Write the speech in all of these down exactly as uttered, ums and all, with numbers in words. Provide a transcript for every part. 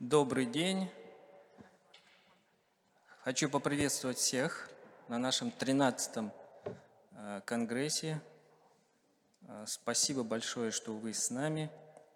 Добрый день. Хочу поприветствовать всех на нашем тринадцатом конгрессе. Спасибо большое, что вы с нами.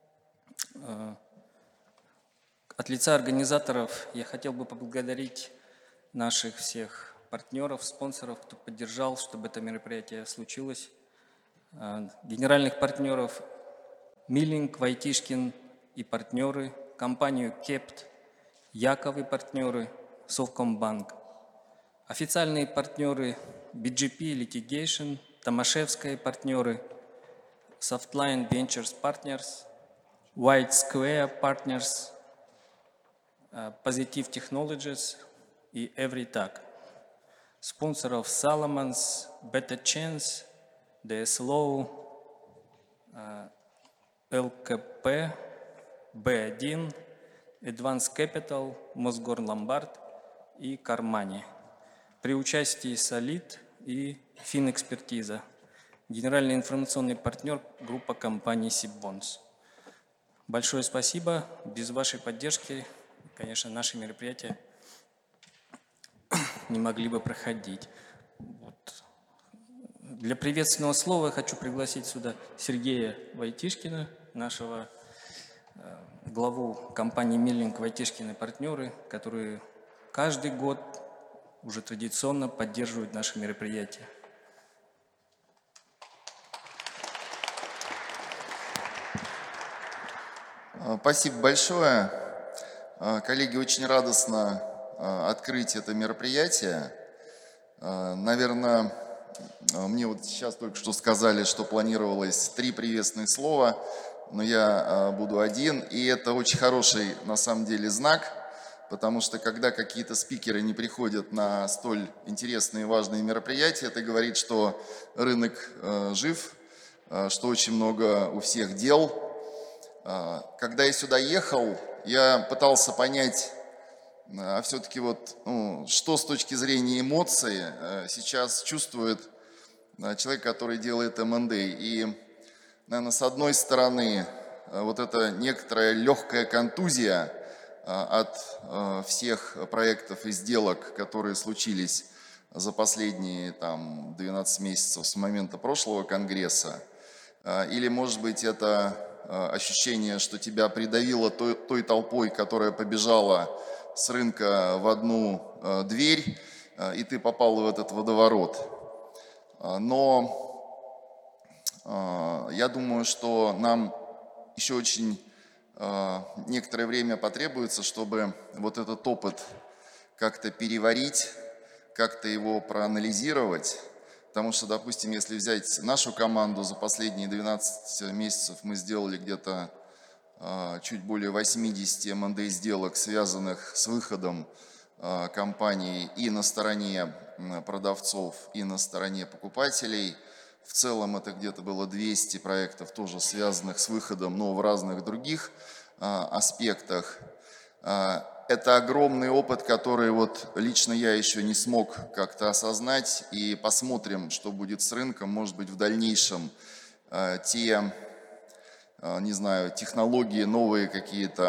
От лица организаторов я хотел бы поблагодарить наших всех партнеров, спонсоров, кто поддержал, чтобы это мероприятие случилось. Генеральных партнеров Миллинг, Войтишкин и партнеры, компанию Кепт, Яков и партнеры, Совкомбанк. Официальные партнеры би джи пи Litigation, Томашевская и партнеры, Softline Ventures Partners, White Square Partners, Positive Technologies и EveryTag. Спонсоров Salomons, Better Chance, ди эс эл о, эл ка пи, би один, Advance Capital, Мосгорн Ломбард и Кармани. При участии Солид и Финэкспертиза. Генеральный информационный партнер группа компаний Сиббонс. Большое спасибо. Без вашей поддержки, конечно, наши мероприятия не могли бы проходить. Вот. Для приветственного слова хочу пригласить сюда Сергея Войтишкина, нашего э, главу компании Миллинг, Войтишкин и партнеры, которые каждый год уже традиционно поддерживают наши мероприятия. Спасибо большое. Коллеги, очень радостно открыть это мероприятие. Наверное, мне вот сейчас только что сказали, что планировалось три приветственных слова, но я буду один. И это очень хороший, на самом деле, знак, потому что когда какие-то спикеры не приходят на столь интересные и важные мероприятия, это говорит, что рынок жив, что очень много у всех дел. Когда я сюда ехал, я пытался понять, а все-таки вот, ну, что с точки зрения эмоций сейчас чувствует человек, который делает эм энд а. И, наверное, с одной стороны, вот эта некоторая легкая контузия от всех проектов и сделок, которые случились за последние там, двенадцать месяцев с момента прошлого конгресса, или, может быть, это ощущение, что тебя придавило той, той толпой, которая побежала с рынка в одну э, дверь, э, и ты попал в этот водоворот. Но э, я думаю, что нам еще очень э, некоторое время потребуется, чтобы вот этот опыт как-то переварить, как-то его проанализировать. Потому что, допустим, если взять нашу команду, за последние двенадцать месяцев мы сделали где-то э, чуть более восемьдесят эм энд а сделок, связанных с выходом э, компании и на стороне продавцов, и на стороне покупателей. В целом это где-то было двести проектов, тоже связанных с выходом, но в разных других э, аспектах. Э, Это огромный опыт, который вот лично я еще не смог как-то осознать, и посмотрим, что будет с рынком. Может быть, в дальнейшем э, те, э, не знаю, технологии, новые какие-то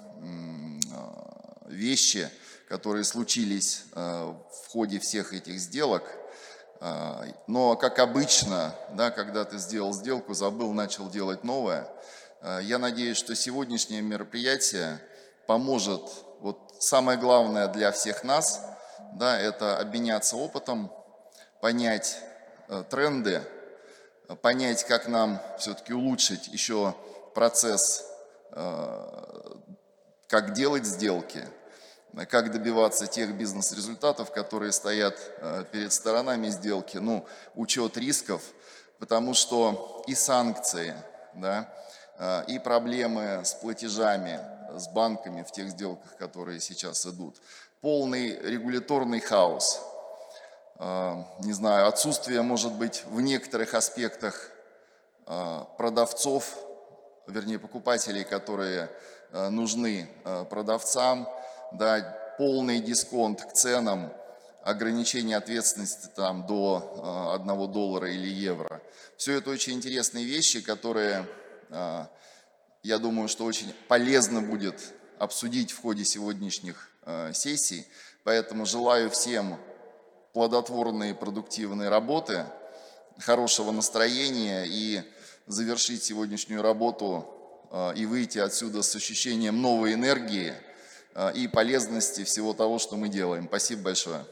э, вещи, которые случились э, в ходе всех этих сделок. Э, но, как обычно, да, когда ты сделал сделку, забыл, начал делать новое. Э, я надеюсь, что сегодняшнее мероприятие поможет. Вот самое главное для всех нас, да, это обменяться опытом, понять э, тренды, понять, как нам все-таки улучшить еще процесс, э, как делать сделки, как добиваться тех бизнес-результатов, которые стоят э, перед сторонами сделки, ну, учет рисков, потому что и санкции, да, э, и проблемы с платежами, с банками в тех сделках, которые сейчас идут. Полный регуляторный хаос. Не знаю, отсутствие, может быть, в некоторых аспектах продавцов, вернее, покупателей, которые нужны продавцам, да, полный дисконт к ценам, ограничение ответственности там до одного доллара или евро. Все это очень интересные вещи, которые... Я думаю, что очень полезно будет обсудить в ходе сегодняшних сессий. Поэтому желаю всем плодотворной и продуктивной работы, хорошего настроения и завершить сегодняшнюю работу и выйти отсюда с ощущением новой энергии и полезности всего того, что мы делаем. Спасибо большое.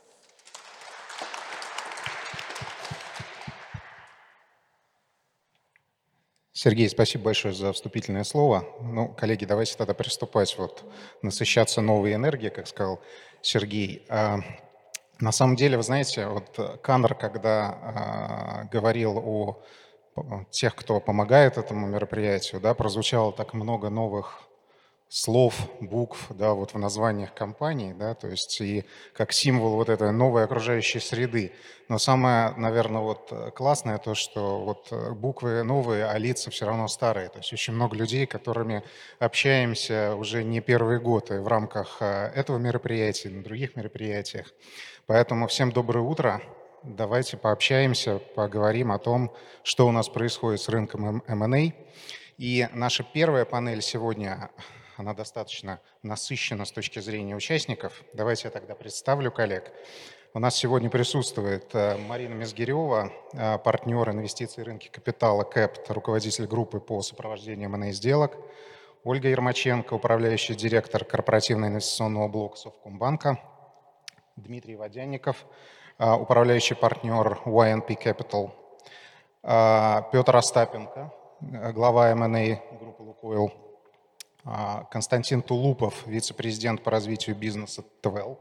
Сергей, спасибо большое за вступительное слово. Ну, коллеги, давайте тогда приступать, вот, насыщаться новой энергией, как сказал Сергей. А, на самом деле, вы знаете, вот Каннер, когда а, говорил о тех, кто помогает этому мероприятию, да, прозвучало так много новых слов, букв, да, вот в названиях компаний, да, то есть и как символ вот этой новой окружающей среды. Но самое, наверное, вот классное то, что вот буквы новые, а лица все равно старые. То есть очень много людей, которыми общаемся уже не первый год и в рамках этого мероприятия, и на других мероприятиях. Поэтому всем доброе утро. Давайте пообщаемся, поговорим о том, что у нас происходит с рынком эм энд эй. И наша первая панель сегодня, она достаточно насыщена с точки зрения участников. Давайте я тогда представлю коллег. У нас сегодня присутствует Марина Мезгирева, партнер инвестиций и рынки капитала КЭПТ, руководитель группы по сопровождению эм энд эй сделок. Ольга Ермаченко, управляющий директор корпоративно-инвестиционного блока Совкомбанка. Дмитрий Водянников, управляющий партнер уай эн пи Capital. Петр Остапенко, глава эм энд эй группы «Лукойл». Константин Тулупов, вице-президент по развитию бизнеса ТВЭЛ.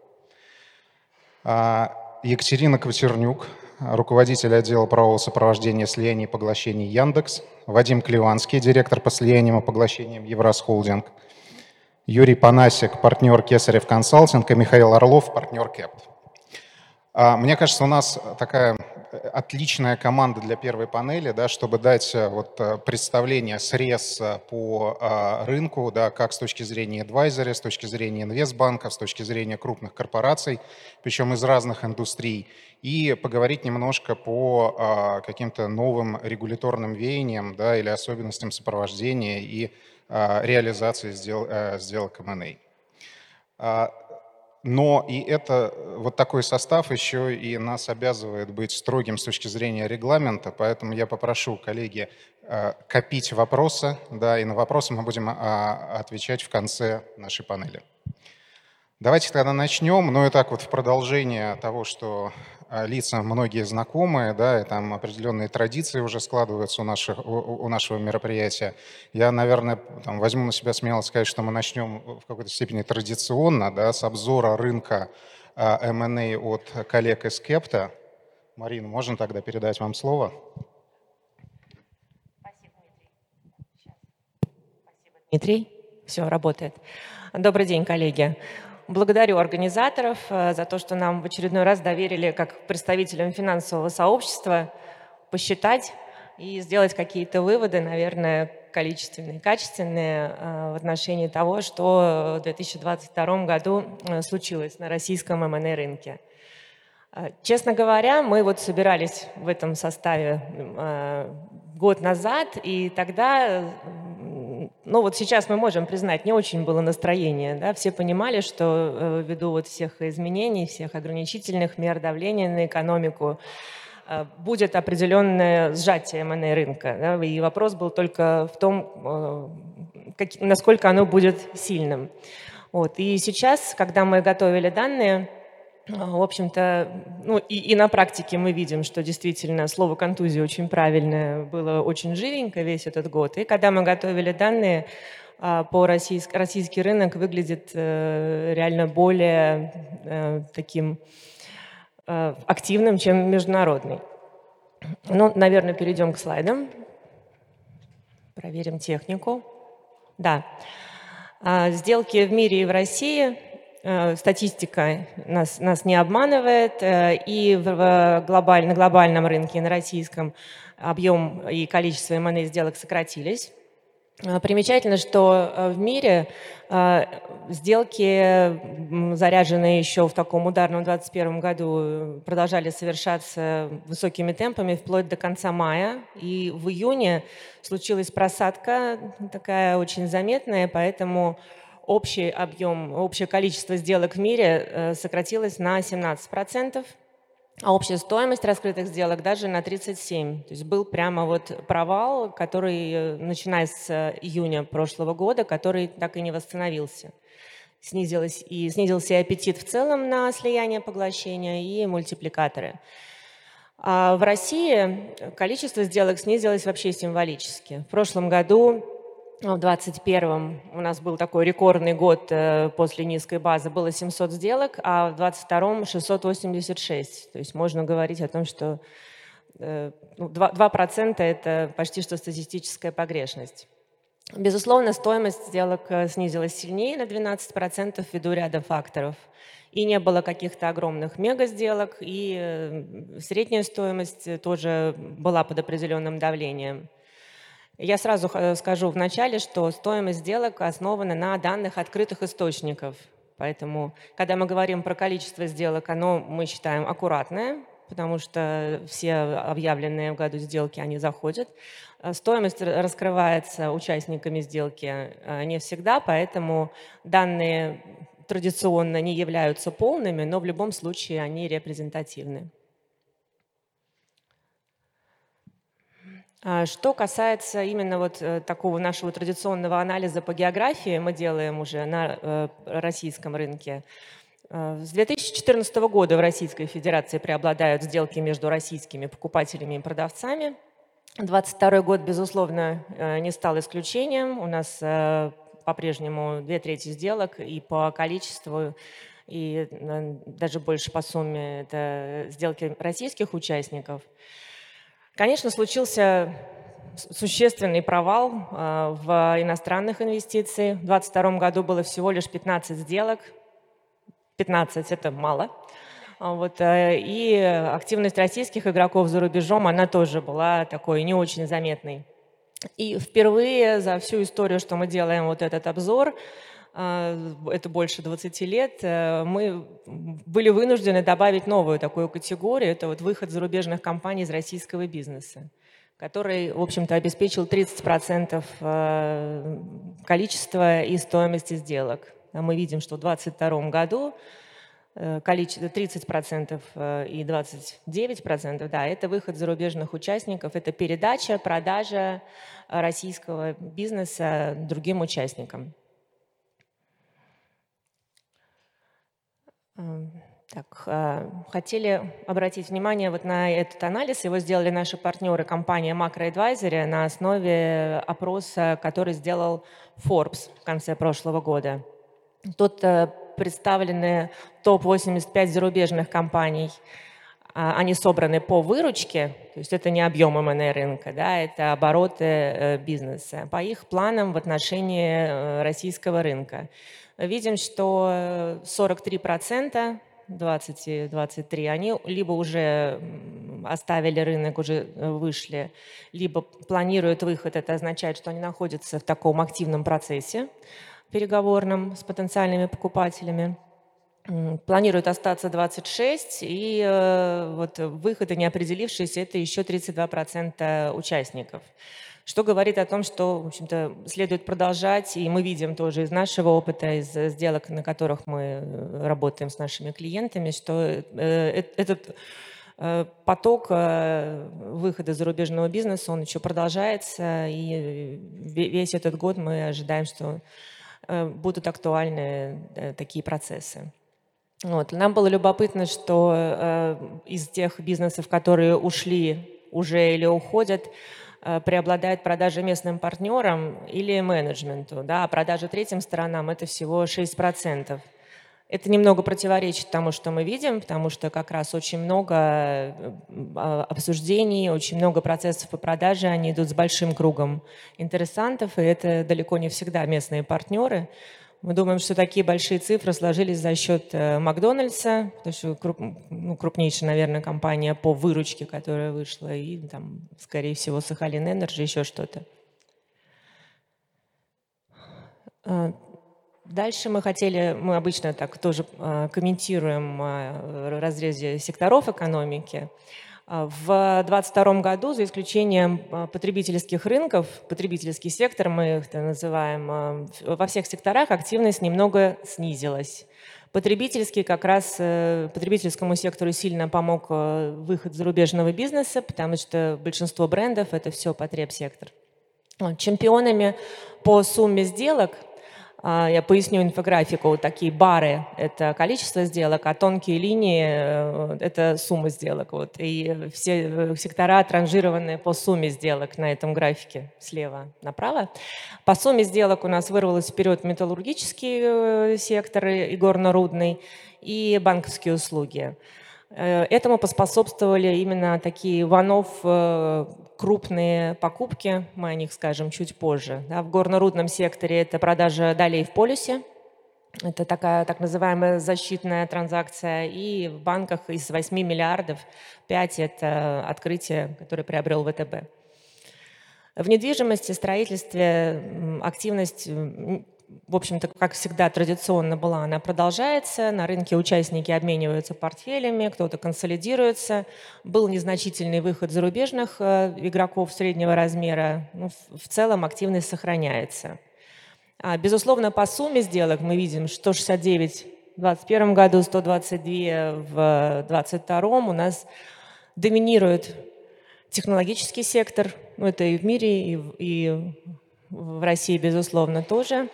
Екатерина Кватернюк, руководитель отдела правового сопровождения слияний и поглощений Яндекс. Вадим Клеванский, директор по слияниям и поглощениям Евросхолдинг. Юрий Панасик, партнер Кесарев Консалтинг, и Михаил Орлов, партнер КЭПТ. Мне кажется, у нас такая отличная команда для первой панели, да, чтобы дать вот представление, срез по рынку, да, как с точки зрения адвайзера, с точки зрения инвестбанков, с точки зрения крупных корпораций, причем из разных индустрий, и поговорить немножко по каким-то новым регуляторным веяниям, да, или особенностям сопровождения и реализации сдел, сделок эм энд эй. Но и это, вот такой состав еще и нас обязывает быть строгим с точки зрения регламента, поэтому я попрошу, коллеги, копить вопросы, да, и на вопросы мы будем отвечать в конце нашей панели. Давайте тогда начнем, ну и так вот в продолжение того, что лица многие знакомые, да, и там определенные традиции уже складываются у, наших, у, у нашего мероприятия. Я, наверное, там, возьму на себя смелость сказать, что мы начнем в какой-то степени традиционно, да, с обзора рынка эм энд эй от коллег из КЭПТа. Марина, можно тогда передать вам слово? Спасибо, Дмитрий. Спасибо, Дмитрий. Все, работает. Добрый день, коллеги. Благодарю организаторов за то, что нам в очередной раз доверили, как представителям финансового сообщества, посчитать и сделать какие-то выводы, наверное, количественные, качественные, в отношении того, что в две тысячи двадцать втором году случилось на российском эм энд эй рынке. Честно говоря, мы вот собирались в этом составе год назад, и тогда, ну вот сейчас мы можем признать, не очень было настроение, да, все понимали, что ввиду вот всех изменений, всех ограничительных мер давления на экономику будет определенное сжатие эм энд эй рынка, да, и вопрос был только в том, как, насколько оно будет сильным. Вот. И сейчас, когда мы готовили данные, в общем-то, ну и, и на практике мы видим, что действительно слово «контузия» очень правильное, было очень живенько весь этот год. И когда мы готовили данные, по российск, российский рынок выглядит реально более таким активным, чем международный. Ну, наверное, перейдем к слайдам. Проверим технику. Да. Сделки в мире и в России. Статистика нас, нас не обманывает, и в глобаль, на глобальном рынке, на российском, объем и количество эм энд эй сделок сократились. Примечательно, что в мире сделки, заряженные еще в таком ударном двадцать первом году, продолжали совершаться высокими темпами вплоть до конца мая, и в июне случилась просадка такая очень заметная, поэтому общий объем, общее количество сделок в мире сократилось на семнадцать процентов, а общая стоимость раскрытых сделок даже на тридцать семь процентов. То есть был прямо вот провал, который, начиная с июня прошлого года, который так и не восстановился. Снизилось и, снизился и аппетит в целом на слияние, поглощение и мультипликаторы. А в России количество сделок снизилось вообще символически. В прошлом году, в двадцать первом, у нас был такой рекордный год после низкой базы, было семьсот сделок, а в двадцать втором шестьсот восемьдесят шесть. То есть можно говорить о том, что два процента – это почти что статистическая погрешность. Безусловно, стоимость сделок снизилась сильнее на двенадцать процентов ввиду ряда факторов. И не было каких-то огромных мега-сделок, и средняя стоимость тоже была под определенным давлением. Я сразу скажу вначале, что стоимость сделок основана на данных открытых источников. Поэтому, когда мы говорим про количество сделок, оно, мы считаем, аккуратное, потому что все объявленные в году сделки, они заходят. Стоимость раскрывается участниками сделки не всегда, поэтому данные традиционно не являются полными, но в любом случае они репрезентативны. Что касается именно вот такого нашего традиционного анализа по географии, мы делаем уже на российском рынке. С две тысячи четырнадцатого года в Российской Федерации преобладают сделки между российскими покупателями и продавцами. двадцать второй год, безусловно, не стал исключением. У нас по-прежнему две трети сделок и по количеству, и даже больше по сумме это сделки российских участников. Конечно, случился существенный провал в иностранных инвестициях. В двадцать втором году было всего лишь пятнадцать сделок. пятнадцать – это мало. Вот, и активность российских игроков за рубежом, она тоже была такой не очень заметной. И впервые за всю историю, что мы делаем вот этот обзор, это больше двадцати лет, мы были вынуждены добавить новую такую категорию. Это вот выход зарубежных компаний из российского бизнеса, который, в общем-то, обеспечил тридцать процентов количества и стоимости сделок. Мы видим, что в двадцать втором году количество тридцать процентов и двадцать девять процентов, да, это выход зарубежных участников, это передача, продажа российского бизнеса другим участникам. Так, хотели обратить внимание вот на этот анализ. Его сделали наши партнеры, компания Macro Advisory, на основе опроса, который сделал Forbes в конце прошлого года. Тут представлены топ восемьдесят пять зарубежных компаний. Они собраны по выручке, то есть это не объем эм энд а рынка, да, это обороты бизнеса, по их планам в отношении российского рынка. Видим, что сорок три процента, двадцать двадцать три, они либо уже оставили рынок, уже вышли, либо планируют выход. Это означает, что они находятся в таком активном процессе переговорном с потенциальными покупателями. Планируют остаться двадцать шесть, и э, вот выходы не определившиеся – это еще тридцать два процента участников. Что говорит о том, что, в общем-то, следует продолжать, и мы видим тоже из нашего опыта, из сделок, на которых мы работаем с нашими клиентами, что э, этот э, поток э, выхода зарубежного бизнеса, он еще продолжается, и весь этот год мы ожидаем, что э, будут актуальны э, такие процессы. Вот. Нам было любопытно, что э, из тех бизнесов, которые ушли уже или уходят, э, преобладает продажа местным партнерам или менеджменту, да, а продажа третьим сторонам – это всего шесть процентов. Это немного противоречит тому, что мы видим, потому что как раз очень много обсуждений, очень много процессов по продаже, они идут с большим кругом интересантов, и это далеко не всегда местные партнеры. Мы думаем, что такие большие цифры сложились за счет Макдональдса, потому что круп, ну, крупнейшая, наверное, компания по выручке, которая вышла, и там, скорее всего, Сахалин Энерджи, еще что-то. Дальше мы хотели, мы обычно так тоже комментируем в разрезе секторов экономики. В две тысячи двадцать втором году, за исключением потребительских рынков, потребительский сектор, мы их называем, во всех секторах активность немного снизилась. Потребительский как раз, потребительскому сектору сильно помог выход зарубежного бизнеса, потому что большинство брендов – это все потребсектор. Чемпионами по сумме сделок, я поясню инфографику, такие бары – это количество сделок, а тонкие линии – это сумма сделок. Вот. И все сектора транжированы по сумме сделок на этом графике слева направо. По сумме сделок у нас вырвалось вперед металлургический сектор и горно-рудный, и банковские услуги. Этому поспособствовали именно такие one-off крупные покупки, мы о них скажем чуть позже. Да, в горно-рудном секторе это продажа долей в полюсе, это такая так называемая защитная транзакция, и в банках из восьми миллиардов пять – это открытие, которое приобрел ВТБ. В недвижимости, строительстве активность, в общем-то, как всегда традиционно была, она продолжается. На рынке участники обмениваются портфелями, кто-то консолидируется. Был незначительный выход зарубежных игроков среднего размера. Ну, в целом активность сохраняется. А, безусловно, по сумме сделок мы видим сто шестьдесят девять в двадцать первом году, сто двадцать два в двадцать втором. У нас доминирует технологический сектор. Ну, это и в мире, и в, и в России, безусловно, тоже.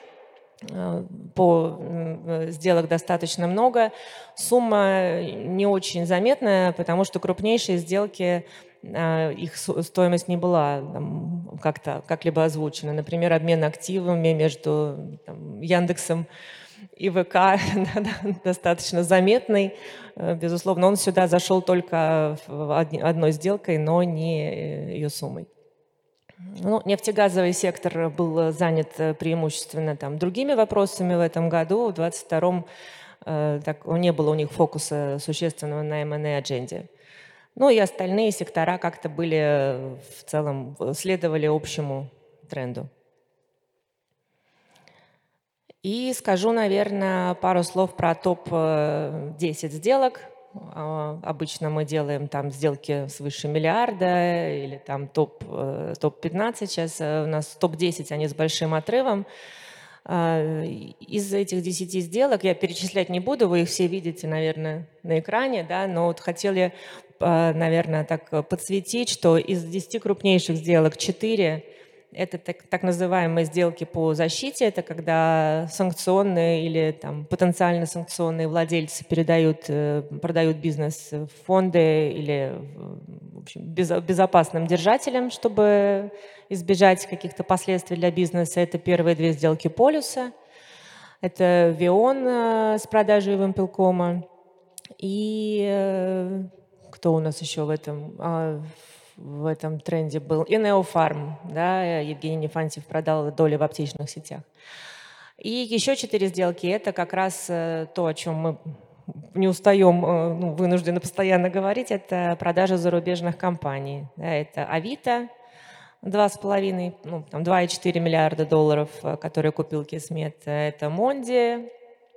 По сделок достаточно много. Сумма не очень заметная, потому что крупнейшие сделки, их стоимость не была как-то как-либо озвучена. Например, обмен активами между там, Яндексом и ВК достаточно заметный. Безусловно, он сюда зашел только одной сделкой, но не ее суммой. Ну, нефтегазовый сектор был занят преимущественно там, другими вопросами в этом году. В двадцать втором э, так, не было у них фокуса существенного на эм энд эй-адженде. Ну и остальные сектора как-то были в целом, следовали общему тренду. И скажу, наверное, пару слов про топ десять сделок. Обычно мы делаем там сделки свыше миллиарда или там топ, топ пятнадцать. Сейчас у нас топ десять, они с большим отрывом. Из этих десяти сделок я перечислять не буду, вы их все видите, наверное, на экране, да, но вот хотели, наверное, так подсветить, что из десяти крупнейших сделок четыре это так, так называемые сделки по защите, это когда санкционные или там, потенциально санкционные владельцы передают, продают бизнес в фонды или в общем, безопасным держателям, чтобы избежать каких-то последствий для бизнеса. Это первые две сделки полюса. Это Вион с продажей Вимпелкома. И кто у нас еще в этом... в этом тренде был, и Неофарм, да, Евгений Нефантьев продал доли в аптечных сетях. И еще четыре сделки, это как раз то, о чем мы не устаем, ну, вынуждены постоянно говорить, это продажа зарубежных компаний. Да, это Авито, два с половиной, ну, там два и четыре миллиарда долларов, которые купил Кисмет, это Монди,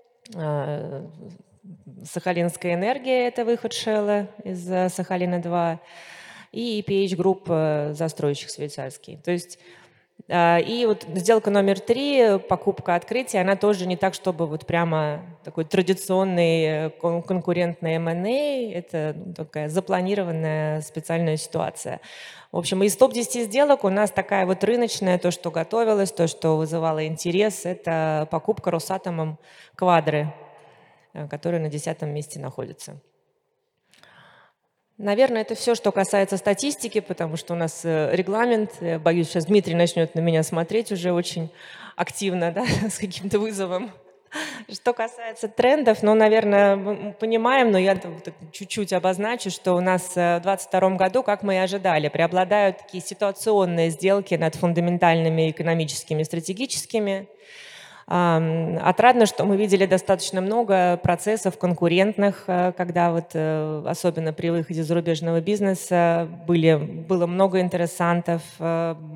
Сахалинская энергия, это выход Шелла из Сахалина-два, и и пи эйч Group, застройщик швейцарский. То есть, и вот сделка номер три, покупка открытия, она тоже не так, чтобы вот прямо такой традиционный конкурентный эм энд эй, это такая запланированная специальная ситуация. В общем, из топ десяти сделок у нас такая вот рыночная, то, что готовилось, то, что вызывало интерес, это покупка Росатомом Квадры, которая на десятом месте находится. Наверное, это все, что касается статистики, потому что у нас регламент. Я боюсь, сейчас Дмитрий начнет на меня смотреть уже очень активно, да, с каким-то вызовом. Что касается трендов, ну, наверное, мы понимаем, но я чуть-чуть обозначу, что у нас в двадцать втором году, как мы и ожидали, преобладают такие ситуационные сделки над фундаментальными экономическими, стратегическими. Отрадно, что мы видели достаточно много процессов конкурентных, когда вот, особенно при выходе зарубежного бизнеса, были, было много интересантов,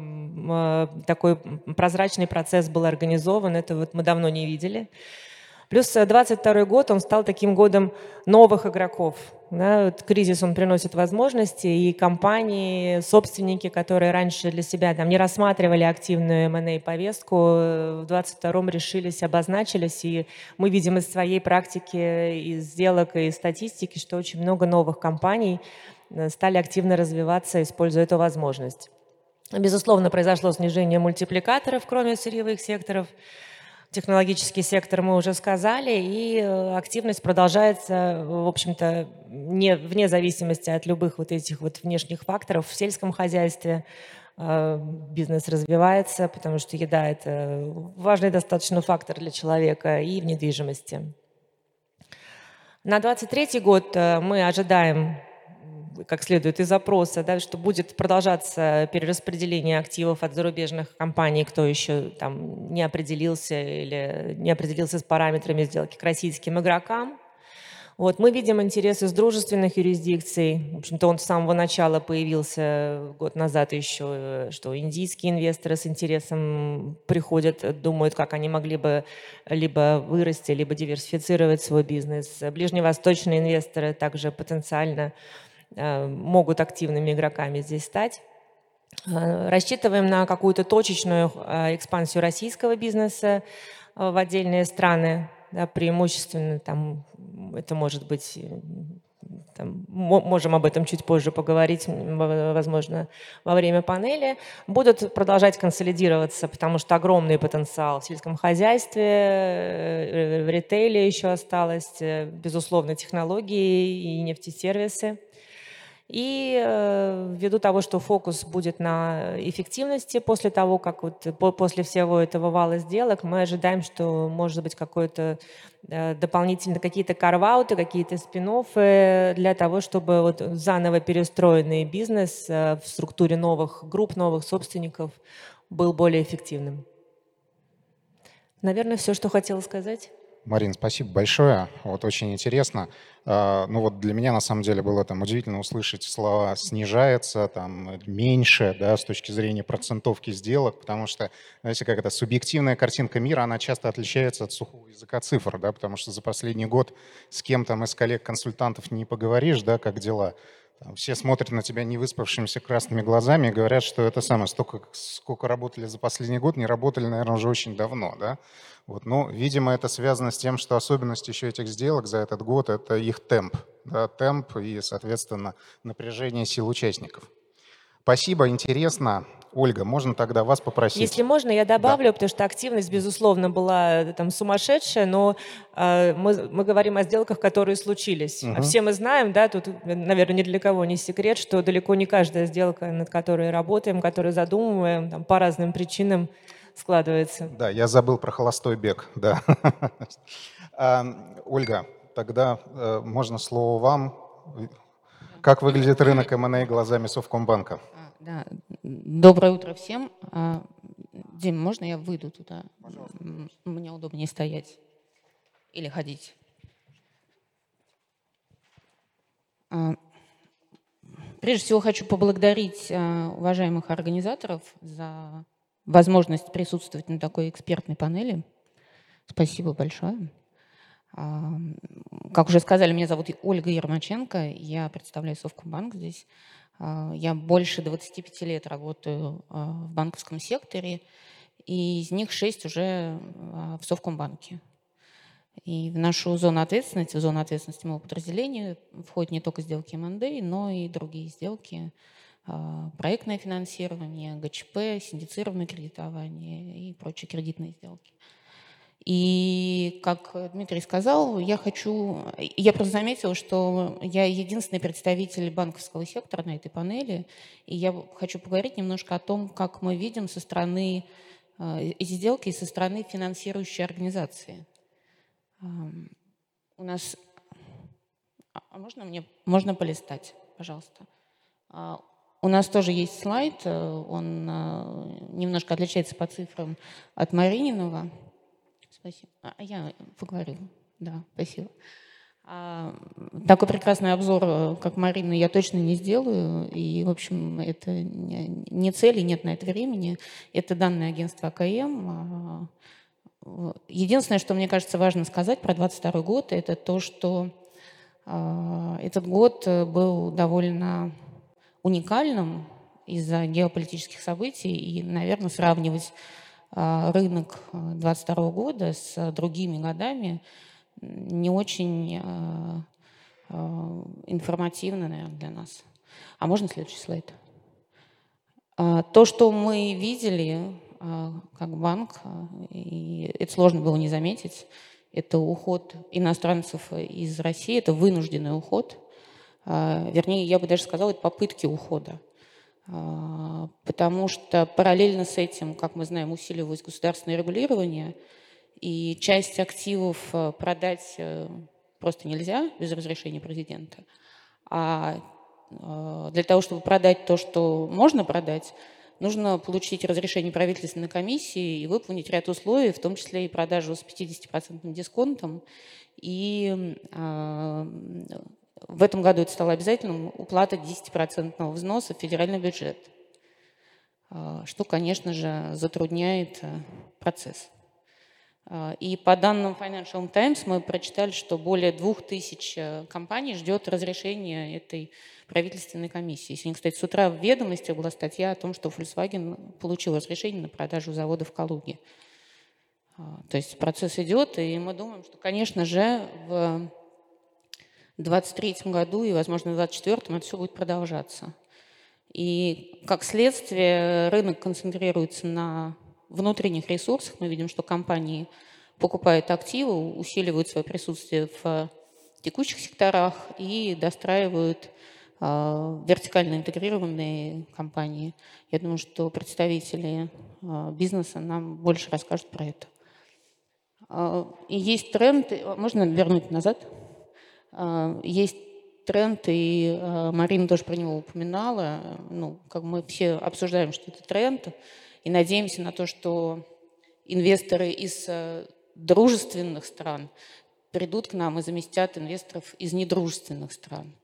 такой прозрачный процесс был организован, это вот мы давно не видели. Плюс двадцать второй год, он стал таким годом новых игроков. Да, вот кризис, он приносит возможности, и компании, собственники, которые раньше для себя там не рассматривали активную эм энд эй-повестку, в двадцать втором решились, обозначились, и мы видим из своей практики, из сделок и из статистики, что очень много новых компаний стали активно развиваться, используя эту возможность. Безусловно, произошло снижение мультипликаторов, кроме сырьевых секторов. Технологический сектор мы уже сказали, и активность продолжается, в общем-то, не, вне зависимости от любых вот этих вот внешних факторов. В сельском хозяйстве э, бизнес развивается, потому что еда – это важный достаточно фактор для человека, и в недвижимости. На двадцать третий год мы ожидаем, как следует из запроса, да, что будет продолжаться перераспределение активов от зарубежных компаний, кто еще там не определился или не определился с параметрами сделки, к российским игрокам. Вот, мы видим интерес из дружественных юрисдикций. В общем-то, он с самого начала появился год назад еще, что индийские инвесторы с интересом приходят, думают, как они могли бы либо вырасти, либо диверсифицировать свой бизнес. Ближневосточные инвесторы также потенциально могут активными игроками здесь стать. Рассчитываем на какую-то точечную экспансию российского бизнеса в отдельные страны, да, преимущественно там это может быть, там, можем об этом чуть позже поговорить, возможно, во время панели. Будут продолжать консолидироваться, потому что огромный потенциал в сельском хозяйстве, в ритейле еще осталось, безусловно, технологии и нефтесервисы. И э, ввиду того, что фокус будет на эффективности после того, как вот по, после всего этого вала сделок, мы ожидаем, что может быть какое-то э, дополнительно какие-то карв-ауты, какие-то спин-оффы для того, чтобы вот заново перестроенный бизнес э, в структуре новых групп, новых собственников был более эффективным. Наверное, все, что хотела сказать. Марин, спасибо большое. Вот очень интересно. Ну вот для меня на самом деле было там удивительно услышать слова «снижается», там «меньше», да, с точки зрения процентовки сделок, потому что, знаете, как это, субъективная картинка мира, она часто отличается от сухого языка цифр, да, потому что за последний год с кем там из коллег-консультантов не поговоришь, да, как дела. Все смотрят на тебя невыспавшимися красными глазами и говорят, что это самое, столько, сколько работали за последний год, не работали, наверное, уже очень давно. Да? Вот, ну, видимо, это связано с тем, что особенность еще этих сделок за этот год – это их темп. Да? Темп и, соответственно, напряжение сил участников. Спасибо, интересно. Ольга, можно тогда вас попросить? Если можно, я добавлю, да. Потому что активность, безусловно, была там сумасшедшая, но э, мы, мы говорим о сделках, которые случились. Угу. А все мы знаем, да, тут, наверное, ни для кого не секрет, что далеко не каждая сделка, над которой работаем, которую задумываем, там, по разным причинам складывается. Да, я забыл про холостой бег, да. Ольга, тогда можно слово вам. Как выглядит рынок эм энд эй глазами Совкомбанка? Да. Доброе утро всем. Дим, можно я выйду туда? Пожалуйста. Мне удобнее стоять или ходить. Прежде всего хочу поблагодарить уважаемых организаторов за возможность присутствовать на такой экспертной панели. Спасибо большое. Как уже сказали, меня зовут Ольга Ермаченко, я представляю Совкомбанк здесь. Я больше двадцати пяти лет работаю в банковском секторе, и из них шесть уже в Совкомбанке. И в нашу зону ответственности, в зону ответственности моего подразделения входят не только сделки эм энд эй, но и другие сделки, проектное финансирование, гэ че пэ, синдицированное кредитование и прочие кредитные сделки. И, как Дмитрий сказал, я хочу... Я просто заметила, что я единственный представитель банковского сектора на этой панели, и я хочу поговорить немножко о том, как мы видим со стороны эти сделки и со стороны финансирующей организации. У нас... А можно мне... Можно полистать, пожалуйста. У нас тоже есть слайд, он немножко отличается по цифрам от Марининого. Спасибо. А я поговорю. Да, спасибо. А, такой прекрасный обзор, как Марина, я точно не сделаю. И, в общем, это не, не цели, нет на это времени. Это данные агентства а ка эм. Единственное, что мне кажется важно сказать про двадцать второй год, это то, что э, этот год был довольно уникальным из-за геополитических событий, и, наверное, сравнивать э, рынок двадцать второго года с другими годами не очень э, э, информативно, наверное, для нас. А можно следующий слайд? Э, то, что мы видели как банк, и это сложно было не заметить, это уход иностранцев из России, это вынужденный уход. Вернее, я бы даже сказала, это попытки ухода. Потому что параллельно с этим, как мы знаем, усиливалось государственное регулирование, и часть активов продать просто нельзя без разрешения президента. А для того, чтобы продать то, что можно продать, нужно получить разрешение правительственной комиссии и выполнить ряд условий, в том числе и продажу с пятидесятипроцентным дисконтом. И э, в этом году это стало обязательным, уплата десятипроцентного взноса в федеральный бюджет, э, что, конечно же, затрудняет э, процесс. Э, и по данным Financial Times мы прочитали, что более двух тысяч компаний ждет разрешения этой правительственной комиссии. Сегодня, кстати, с утра в «Ведомостях» была статья о том, что Volkswagen получил разрешение на продажу завода в Калуге. То есть процесс идет, и мы думаем, что, конечно же, в двадцать третьем году и, возможно, в двадцать четвёртом это все будет продолжаться. И, как следствие, рынок концентрируется на внутренних ресурсах. Мы видим, что компании покупают активы, усиливают свое присутствие в текущих секторах и достраивают вертикально интегрированные компании. Я думаю, что представители бизнеса нам больше расскажут про это. И есть тренд, можно вернуть назад? Есть тренд, и Марина тоже про него упоминала. Ну, как мы все обсуждаем, что это тренд, и надеемся на то, что инвесторы из дружественных стран придут к нам и заместят инвесторов из недружественных стран.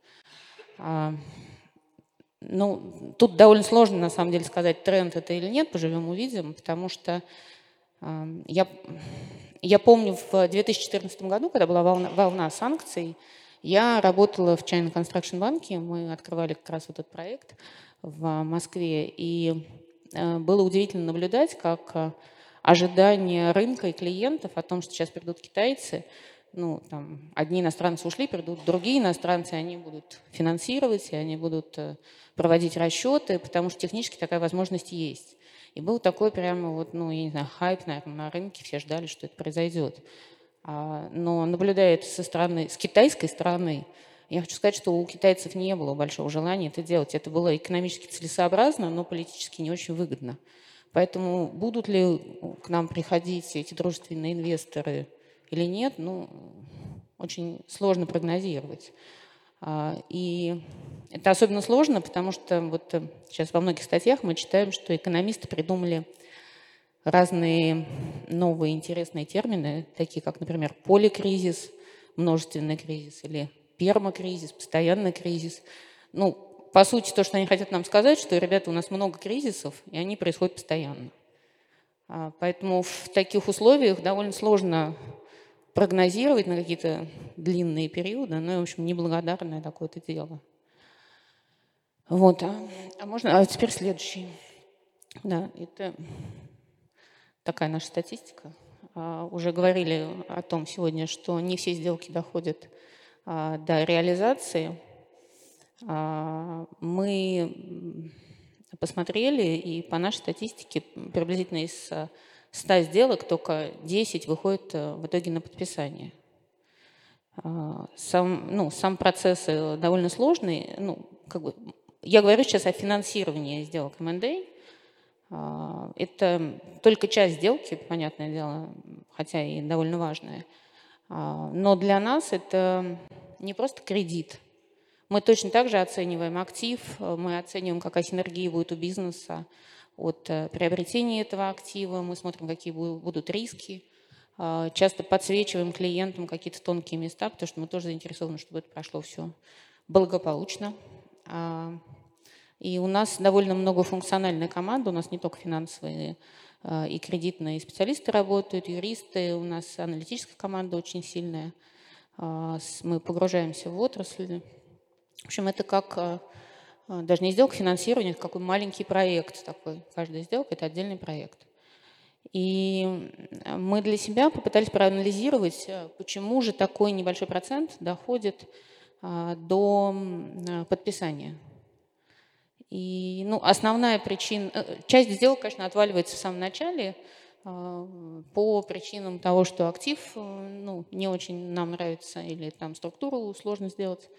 Ну, тут довольно сложно, на самом деле, сказать, тренд это или нет, поживем увидим, потому что э, я, я помню в две тысячи четырнадцатом году, когда была волна, волна санкций, я работала в China Construction банке, мы открывали как раз вот этот проект в Москве, и э, было удивительно наблюдать, как э, ожидания рынка и клиентов о том, что сейчас придут китайцы, ну, там, одни иностранцы ушли, придут другие иностранцы, они будут финансировать, и они будут проводить расчеты, потому что технически такая возможность есть. И был такой прямо вот, ну, я не знаю, хайп, наверное, на рынке, все ждали, что это произойдет. Но наблюдая это со стороны, с китайской стороны, я хочу сказать, что у китайцев не было большого желания это делать. Это было экономически целесообразно, но политически не очень выгодно. Поэтому будут ли к нам приходить эти дружественные инвесторы или нет, ну, очень сложно прогнозировать. И это особенно сложно, потому что вот сейчас во многих статьях мы читаем, что экономисты придумали разные новые интересные термины, такие как, например, поликризис, множественный кризис, или пермакризис, постоянный кризис. Ну, по сути, то, что они хотят нам сказать, что, ребята, у нас много кризисов, и они происходят постоянно. Поэтому в таких условиях довольно сложно прогнозировать на какие-то длинные периоды, ну, в общем, неблагодарное такое-то дело. Вот, а, а можно, а теперь следующий. Да, это такая наша статистика. А, уже говорили о том сегодня, что не все сделки доходят а, до реализации. А, мы посмотрели, и по нашей статистике приблизительно из ста сделок только десять выходит в итоге на подписание. Сам, ну, сам процесс довольно сложный. Ну, как бы, я говорю сейчас о финансировании сделок эм энд эй. Это только часть сделки, понятное дело, хотя и довольно важная. Но для нас это не просто кредит. Мы точно так же оцениваем актив, мы оцениваем, какая синергия будет у бизнеса от приобретения этого актива, мы смотрим, какие будут риски, часто подсвечиваем клиентам какие-то тонкие места, потому что мы тоже заинтересованы, чтобы это прошло все благополучно. И у нас довольно многофункциональная команда, у нас не только финансовые и кредитные специалисты работают, юристы, у нас аналитическая команда очень сильная. Мы погружаемся в отрасль. В общем, это как даже не сделка финансирования, это какой маленький проект такой. Каждая сделка – это отдельный проект. И мы для себя попытались проанализировать, почему же такой небольшой процент доходит до подписания. И ну, основная причина, часть сделок, конечно, отваливается в самом начале по причинам того, что актив ну, не очень нам нравится или там структуру сложно сделать.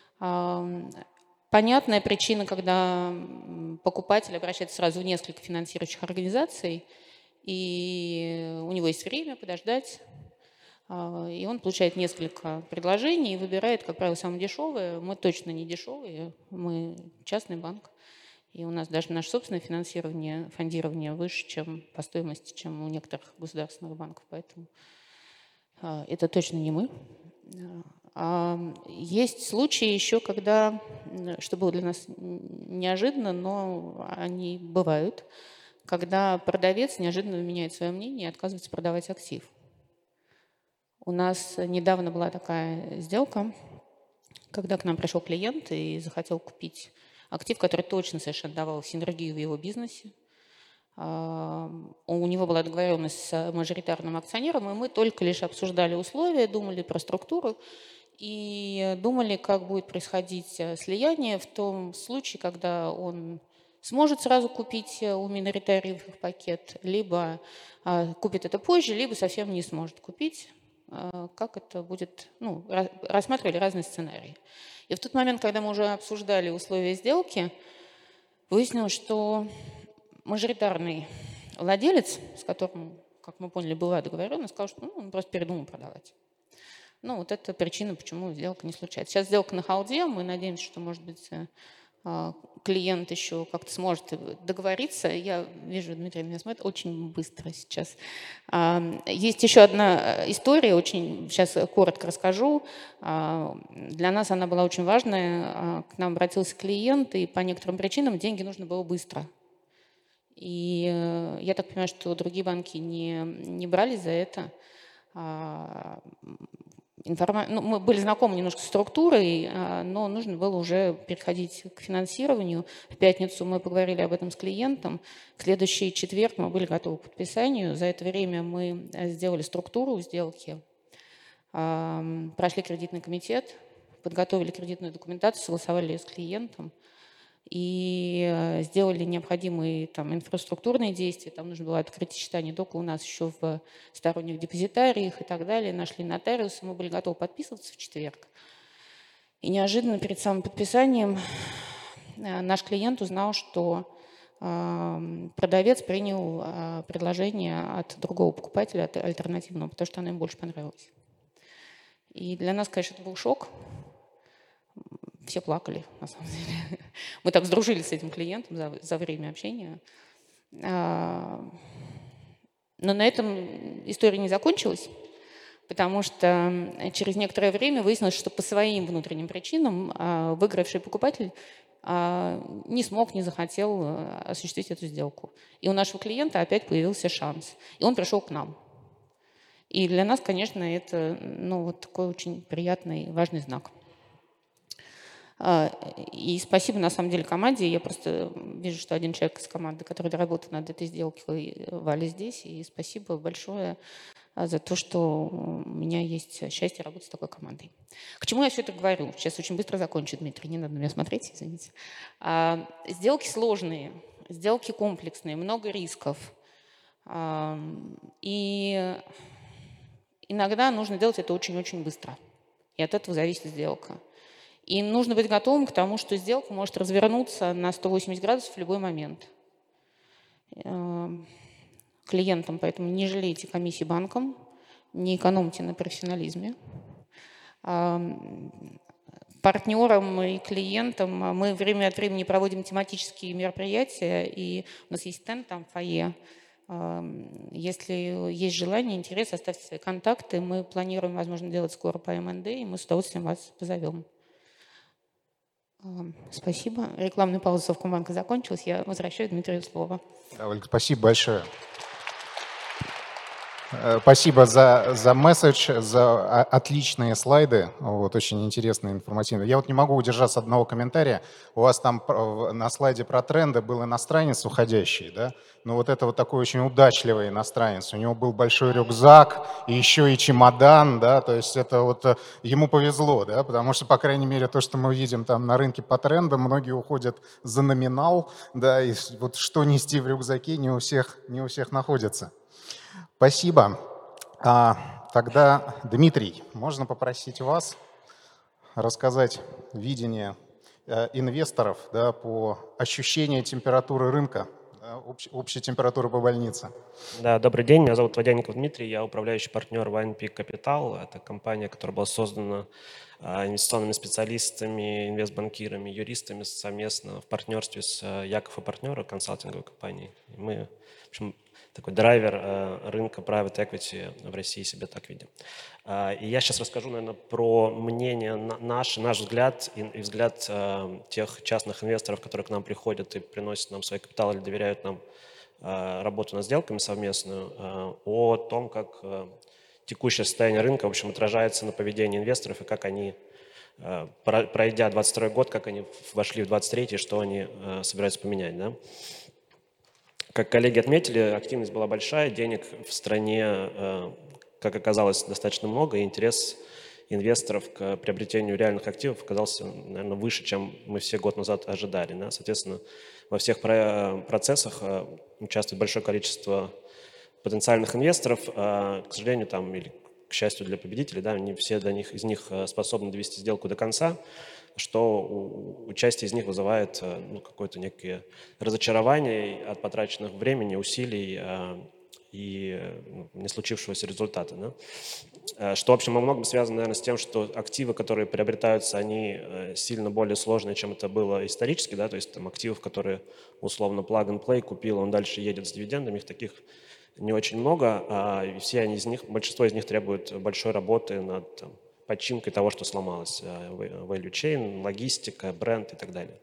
Понятная причина, когда покупатель обращается сразу в несколько финансирующих организаций, и у него есть время подождать, и он получает несколько предложений и выбирает, как правило, самое дешевое. Мы точно не дешевые, мы частный банк. И у нас даже наше собственное финансирование, фондирование выше, чем по стоимости, чем у некоторых государственных банков. Поэтому это точно не мы. Есть случаи еще, когда, что было для нас неожиданно, но они бывают, когда продавец неожиданно меняет свое мнение и отказывается продавать актив. У нас недавно была такая сделка, когда к нам пришел клиент и захотел купить актив, который точно совершенно давал синергию в его бизнесе. У него была договоренность с мажоритарным акционером, и мы только лишь обсуждали условия, думали про структуру и думали, как будет происходить слияние в том случае, когда он сможет сразу купить у миноритариев их пакет, либо купит это позже, либо совсем не сможет купить. Как это будет, ну, рассматривали разные сценарии. И в тот момент, когда мы уже обсуждали условия сделки, выяснилось, что мажоритарный владелец, с которым, как мы поняли, была договоренность, сказал, что ну, он просто передумал продавать. Ну, вот это причина, почему сделка не случается. Сейчас сделка на халде, мы надеемся, что, может быть, клиент еще как-то сможет договориться. Я вижу, Дмитрий меня смотрит очень быстро сейчас. Есть еще одна история, очень сейчас коротко расскажу. Для нас она была очень важная. К нам обратился клиент, и по некоторым причинам деньги нужно было быстро. И я так понимаю, что другие банки не, не брались за это. Информа... Ну, мы были знакомы немножко с структурой, но нужно было уже переходить к финансированию. В пятницу мы поговорили об этом с клиентом. В следующий четверг мы были готовы к подписанию. За это время мы сделали структуру сделки, прошли кредитный комитет, подготовили кредитную документацию, согласовали ее с клиентом и сделали необходимые там, инфраструктурные действия. Там нужно было открыть счета не только у нас, еще в сторонних депозитариях и так далее. Нашли нотариуса, мы были готовы подписываться в четверг. И неожиданно перед самым подписанием наш клиент узнал, что продавец принял предложение от другого покупателя, от альтернативного, потому что оно им больше понравилось. И для нас, конечно, это был шок. Все плакали, на самом деле. Мы так сдружились с этим клиентом за, за время общения. Но на этом история не закончилась, потому что через некоторое время выяснилось, что по своим внутренним причинам выигравший покупатель не смог, не захотел осуществить эту сделку. И у нашего клиента опять появился шанс. И он пришел к нам. И для нас, конечно, это ну, вот такой очень приятный, важный знак. И спасибо, на самом деле, команде. Я просто вижу, что один человек из команды, который работает над этой сделкой, Валя здесь. И спасибо большое за то, что у меня есть счастье работать с такой командой. К чему я все это говорю? Сейчас очень быстро закончу, Дмитрий, не надо на меня смотреть, извините. Сделки сложные, сделки комплексные, много рисков. И иногда нужно делать это очень-очень быстро. И от этого зависит сделка. И нужно быть готовым к тому, что сделка может развернуться на сто восемьдесят градусов в любой момент. Клиентам, поэтому не жалейте комиссии банкам, не экономьте на профессионализме. Партнерам и клиентам мы время от времени проводим тематические мероприятия, и у нас есть стенд там в фойе. Если есть желание, интерес, оставьте свои контакты. Мы планируем, возможно, делать скоро по эм энд а, и мы с удовольствием вас позовем. Спасибо. Рекламная пауза Совкомбанка закончилась. Я возвращаю Дмитрию слово. Да, Ольга, спасибо большое. Э, Спасибо за, за месседж, за о- отличные слайды, вот, очень интересные, информативные. Я вот не могу удержаться от одного комментария. У вас там про- в- на слайде про тренды был иностранец уходящий, да? Но вот это вот такой очень удачливый иностранец. У него был большой рюкзак, и еще и чемодан, да, то есть это вот э, ему повезло, да, потому что, по крайней мере, то, что мы видим там на рынке по трендам, многие уходят за номинал, да, и с- вот что нести в рюкзаке не у всех, не у всех находится. Спасибо. А, тогда, Дмитрий, можно попросить вас рассказать видение э, инвесторов, да, по ощущению температуры рынка, да, общ- общей температуры по больнице. Да, добрый день, меня зовут Водяников Дмитрий, я управляющий партнер WinePeak Capital. Это компания, которая была создана а, инвестиционными специалистами, инвестбанкирами, юристами совместно в партнерстве с а, Яков и партнеры, консалтинговой компанией. И мы, в общем, такой драйвер а, рынка private equity в России себя так видим. А, И я сейчас расскажу, наверное, про мнение на- наш, наш взгляд и, и взгляд а, тех частных инвесторов, которые к нам приходят и приносят нам свой капитал или доверяют нам а, работу над сделками совместную, а, о том, как а, текущее состояние рынка, в общем, отражается на поведении инвесторов и как они, а, про- пройдя двадцать второй год, как они вошли в двадцать третий, что они а, собираются поменять. Да? Как коллеги отметили, активность была большая, денег в стране, а, как оказалось, достаточно много, и интерес инвесторов к приобретению реальных активов оказался, наверное, выше, чем мы все год назад ожидали. Да? Соответственно, во всех про- процессах а, участвует большое количество потенциальных инвесторов. А, К сожалению, там, или к счастью для победителей, да, не все для них, из них а, способны довести сделку до конца, что у- участие из них вызывает а, ну, какое-то некое разочарование от потраченных времени, усилий а, и ну, не случившегося результата. Да? Э, Что, в общем, во многом связано, наверное, с тем, что активы, которые приобретаются, они э, сильно более сложные, чем это было исторически, да, то есть там активов, которые условно plug and play, купил, он дальше едет с дивидендами, их таких не очень много, а и все они из них, большинство из них требуют большой работы над там, починкой того, что сломалось, э, value chain, логистика, бренд и так далее.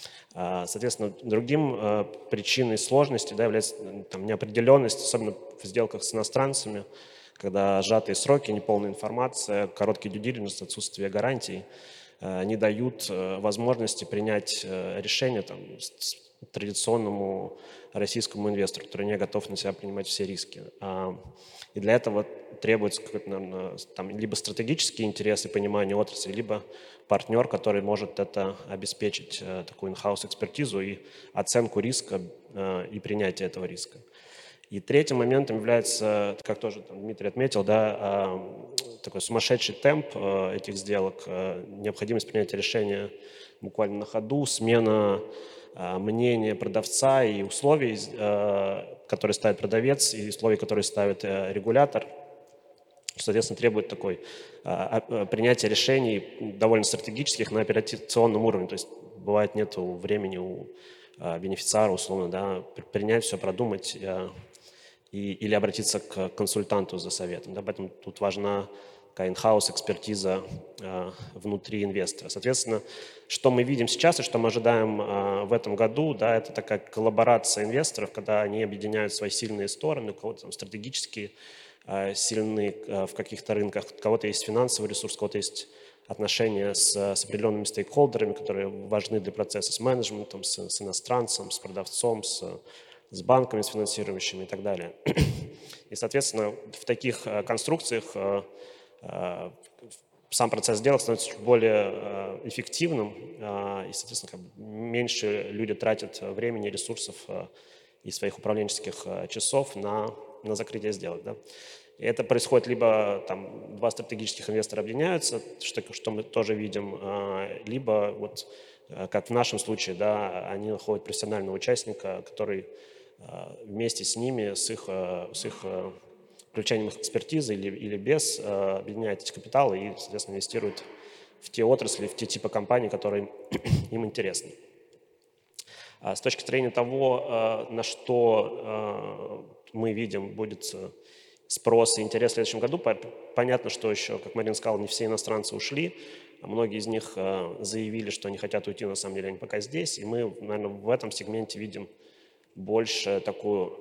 А, Соответственно, другим э, причиной сложности, да, является м, там, неопределенность, особенно в сделках с иностранцами, когда сжатые сроки, неполная информация, короткий due diligence, отсутствие гарантий э, не дают э, возможности принять э, решение там, с- с традиционному российскому инвестору, который не готов на себя принимать все риски. А, И для этого требуется какой-то, наверное, там, либо стратегический интерес и понимание отрасли, либо партнер, который может это обеспечить, э, такую in-house экспертизу и оценку риска э, и принятие этого риска. И третьим моментом является, как тоже там Дмитрий отметил, да, а, такой сумасшедший темп э, этих сделок, э, необходимость принятия решения буквально на ходу, смена а, мнения продавца и условий, э, которые ставит продавец, и условий, которые ставит э, регулятор, что, соответственно, требует такой а, а, принятия решений довольно стратегических на операционном уровне. То есть бывает нет времени у а, бенефициара, условно, да, при- принять все, продумать а, и, или обратиться к консультанту за советом. Да, поэтому тут важна такая in-house экспертиза а, внутри инвестора. Соответственно, что мы видим сейчас и что мы ожидаем а, в этом году, да, это такая коллаборация инвесторов, когда они объединяют свои сильные стороны, у кого-то там стратегические а, сильны а, в каких-то рынках, у кого-то есть финансовый ресурс, у кого-то есть отношения с, с определенными стейкхолдерами, которые важны для процесса, с менеджментом, с, с иностранцем, с продавцом, с, с банками, с финансирующими и так далее. И, соответственно, в таких а, конструкциях а, а, сам процесс сделок становится чуть более а, эффективным, а, и, соответственно, как бы меньше люди тратят времени, ресурсов а, и своих управленческих а, часов на, на закрытие сделок. Да. И это происходит либо там два стратегических инвестора объединяются, что, что мы тоже видим, а, либо вот а, как в нашем случае, да, они находят профессионального участника, который а, вместе с ними, с их, а, с их а, включением их экспертизы или, или без, а, объединяет эти капиталы и, соответственно, инвестирует в те отрасли, в те типы компаний, которые им интересны. А С точки зрения того, а, на что а, мы видим будет спрос и интерес в следующем году, по- понятно, что еще, как Марина сказала, не все иностранцы ушли, а многие из них а, заявили, что они хотят уйти, на самом деле они пока здесь, и мы, наверное, в этом сегменте видим больше такую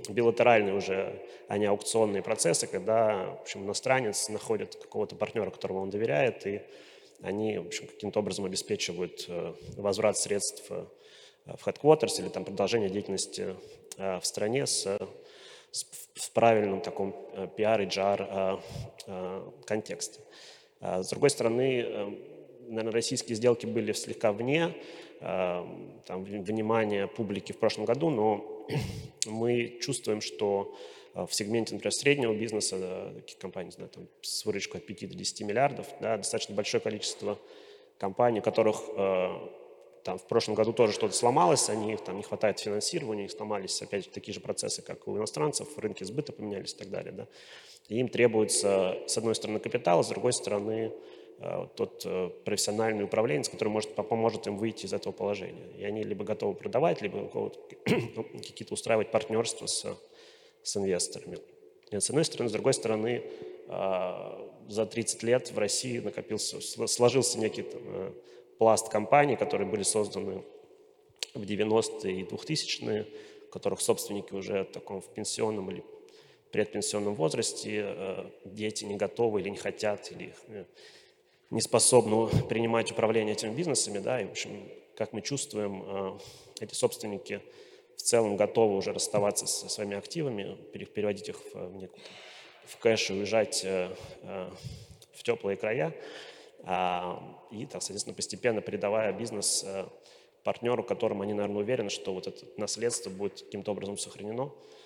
билатеральные уже, а не аукционные процессы, когда, в общем, иностранец находит какого-то партнера, которому он доверяет, и они, в общем, каким-то образом обеспечивают возврат средств в headquarters или там продолжение деятельности в стране с, с, в правильном таком пиар и джи ар контексте. С другой стороны, наверное, российские сделки были слегка вне там, внимания публики в прошлом году, но мы чувствуем, что в сегменте, например, среднего бизнеса, таких компаний, не знаю, там, с выручкой от пяти до десяти миллиардов, да, достаточно большое количество компаний, у которых там, в прошлом году тоже что-то сломалось, они, там, не хватает финансирования, у них сломались опять такие же процессы, как у иностранцев, рынки сбыта поменялись и так далее. Да. И им требуется, с одной стороны, капитал, с другой стороны, тот профессиональный управленец, который может, поможет им выйти из этого положения. И они либо готовы продавать, либо какие-то устраивать партнерства с, с инвесторами. И с одной стороны. С другой стороны, за тридцать лет в России накопился, сложился некий там, пласт компаний, которые были созданы в девяностые и двухтысячные, у которых собственники уже в таком в пенсионном или предпенсионном возрасте, дети не готовы или не хотят, или их не способны принимать управление этими бизнесами, да, и, в общем, как мы чувствуем, эти собственники в целом готовы уже расставаться со своими активами, переводить их в, в кэш и уезжать в теплые края, и, так, соответственно, постепенно передавая бизнес партнеру, которому они, наверное, уверены, что вот это наследство будет каким-то образом сохранено,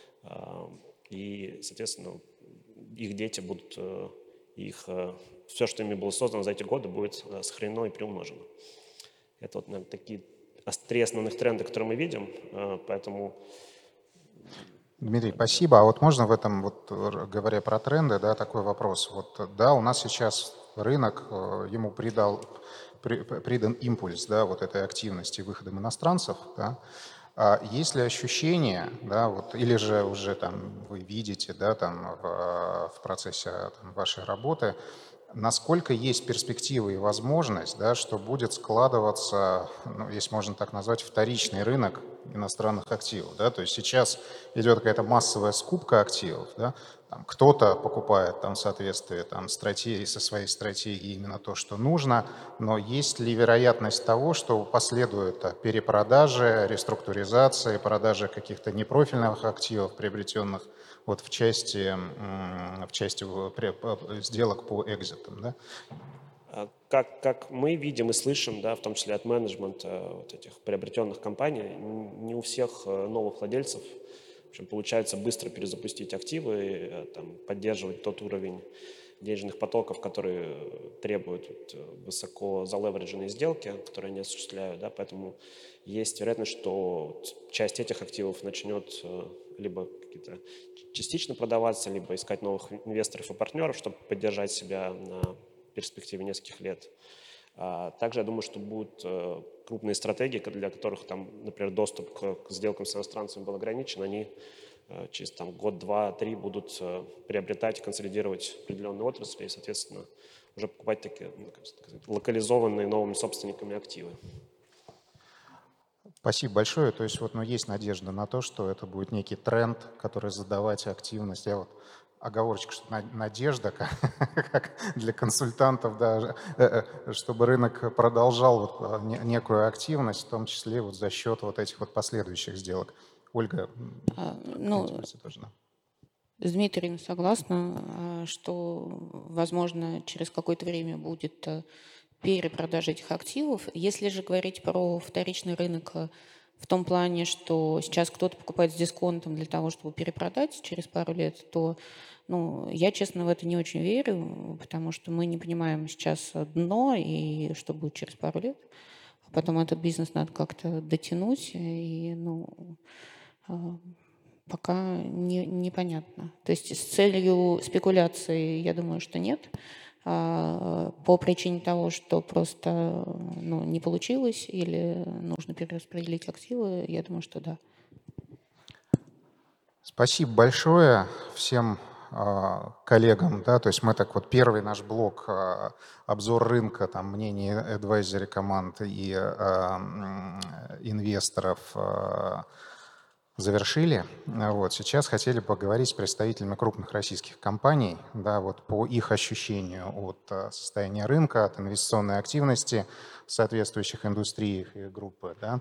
и, соответственно, их дети будут, их все, что ими было создано за эти годы, будет сохранено и приумножено. Это вот, наверное, такие три основных тренда, которые мы видим, поэтому... Дмитрий, спасибо. А вот можно в этом, вот, говоря про тренды, да, такой вопрос. Вот, да, у нас сейчас рынок, ему придал, при, придан импульс, да, вот этой активности выходом иностранцев, да. А есть ли ощущение, да, вот, или же уже там вы видите, да, там в, в процессе там, вашей работы, насколько есть перспективы и возможность, да, что будет складываться, ну, если можно так назвать, вторичный рынок иностранных активов. Да? То есть сейчас идет какая-то массовая скупка активов. Да? Там кто-то покупает там, в соответствии там, стратегии, со своей стратегией именно то, что нужно, но есть ли вероятность того, что последует перепродажи, реструктуризации, продажи каких-то непрофильных активов, приобретенных вот в части, в части сделок по экзитам, да? Как, как мы видим и слышим, да, в том числе от менеджмента вот этих приобретенных компаний, не у всех новых владельцев в общем, получается быстро перезапустить активы, там, поддерживать тот уровень денежных потоков, которые требуют вот, высоко залеверидженные сделки, которые они осуществляют. Да, поэтому есть вероятность, что часть этих активов начнет либо какие-то частично продаваться, либо искать новых инвесторов и партнеров, чтобы поддержать себя на перспективе нескольких лет. Также я думаю, что будут крупные стратегии, для которых, там, например, доступ к сделкам с иностранцами был ограничен, они через там, год, два, три будут приобретать и консолидировать определенные отрасли и, соответственно, уже покупать такие, ну, как сказать, локализованные новыми собственниками активы. Спасибо большое. То есть вот, ну, есть надежда на то, что это будет некий тренд, который задавать активность. Я вот оговорочка, что надежда, как для консультантов, да, чтобы рынок продолжал вот некую активность, в том числе вот за счет вот этих вот последующих сделок. Ольга, а, ну, тоже, да. С Дмитрием согласна, что, возможно, через какое-то время будет перепродажа этих активов. Если же говорить про вторичный рынок в том плане, что сейчас кто-то покупает с дисконтом для того, чтобы перепродать через пару лет, то ну, я, честно, в это не очень верю, потому что мы не понимаем сейчас дно и что будет через пару лет. А потом этот бизнес надо как-то дотянуть, и ну, пока не, непонятно. То есть с целью спекуляции, я думаю, что нет. По причине того, что просто ну, не получилось или нужно перераспределить активы, я думаю, что да. Спасибо большое всем э, коллегам. Да, то есть мы так вот первый наш блок э, обзор рынка, там, мнение адвайзери команд и э, инвесторов э, завершили. Вот. Сейчас хотели поговорить с представителями крупных российских компаний, да, вот по их ощущению от э, состояния рынка, от инвестиционной активности в соответствующих индустриях и группы. Да.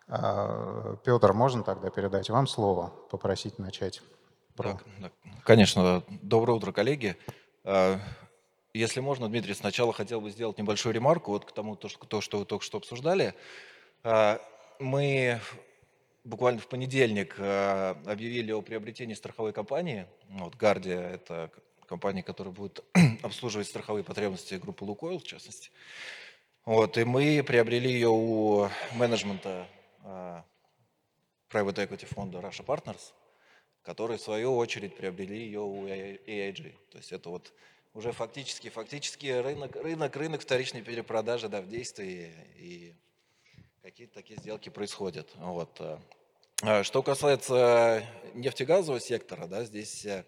А, Петр, можно тогда передать вам слово, попросить начать? Про... Да, да, конечно. Доброе утро, коллеги. А, Если можно, Дмитрий, сначала хотел бы сделать небольшую ремарку вот к тому, то, что, то, что вы только что обсуждали. А, Мы буквально в понедельник а, объявили о приобретении страховой компании. Вот Гардия – это компания, которая будет обслуживать страховые потребности группы Лукойл, в частности. Вот, и мы приобрели ее у менеджмента а, private equity фонда Russia Partners, которые в свою очередь приобрели ее у эй ай джи. То есть это вот уже фактически, фактически рынок, рынок, рынок вторичной перепродажи, да, в действии, и какие-то такие сделки происходят. Вот. А что касается нефтегазового сектора, да, здесь э,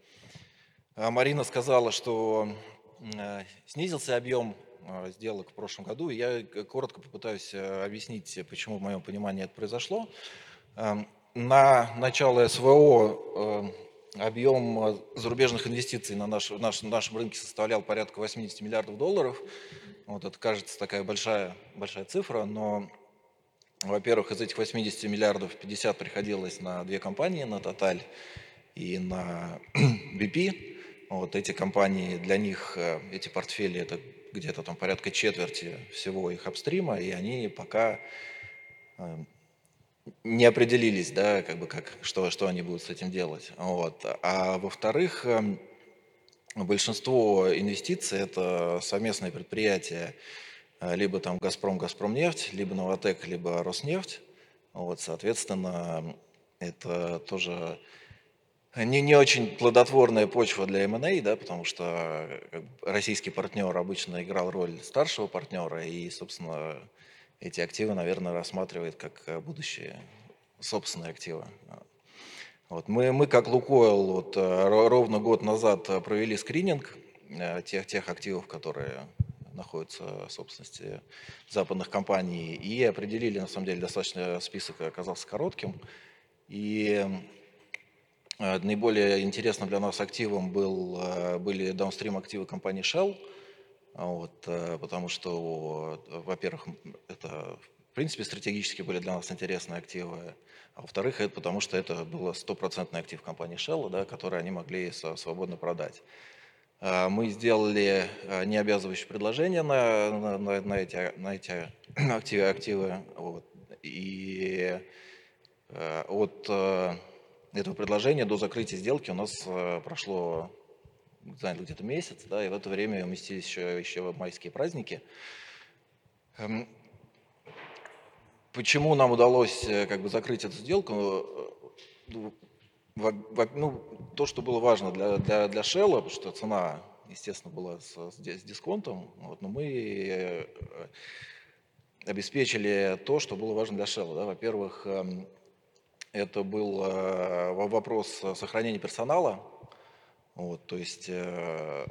Марина сказала, что э, снизился объем э, сделок в прошлом году, и я коротко попытаюсь э, объяснить, почему в моем понимании это произошло. Эм, На начало эс вэ о э, объем э, зарубежных инвестиций на наш, в наш, нашем рынке составлял порядка восемьдесят миллиардов долларов. Вот это кажется такая большая, большая цифра, но, во-первых, из этих восьмидесяти миллиардов пятьдесят приходилось на две компании, на Total и на би пи. Вот эти компании, для них э, эти портфели, это где-то там порядка четверти всего их апстрима, и они пока э, не определились, да, как бы как, что, что они будут с этим делать. Вот. А во-вторых, эм, большинство инвестиций – это совместные предприятия, э, либо там «Газпром», «Газпромнефть», либо «Новотек», либо «Роснефть». Вот, соответственно, это тоже не, не очень плодотворная почва для эм энд эй, да, потому что э, как бы российский партнер обычно играл роль старшего партнера, и, собственно, эти активы, наверное, рассматривает как э, будущие собственные активы. Вот. Мы, мы, как Лукойл, вот, э, ро- ровно год назад э, провели скрининг э, тех, тех активов, которые находятся в собственности западных компаний, и определили, на самом деле, достаточно список оказался коротким. И э, наиболее интересным для нас активом был, э, были даунстрим активы компании Shell. Вот, э, потому что, э, во-первых, м, это в принципе стратегически были для нас интересные активы, а во-вторых, это потому что это было стопроцентный актив компании Shell, да, который они могли со- свободно продать. А, Мы сделали э, необязывающее предложение на, на, на- на эти, на эти активы, активы вот, и э, от э, этого предложения до закрытия сделки у нас э, прошло, занял где-то месяц, да, и в это время уместились еще, еще майские праздники. Эм, Почему нам удалось э, как бы закрыть эту сделку? Э, ну, во- во- ну, то, что было важно для, для, для Shell, потому что цена, естественно, была с, с ди- с дисконтом, вот, но мы э, обеспечили то, что было важно для Shell. Да. Во-первых, эм, это был э, во- вопрос сохранения персонала, вот, то есть э,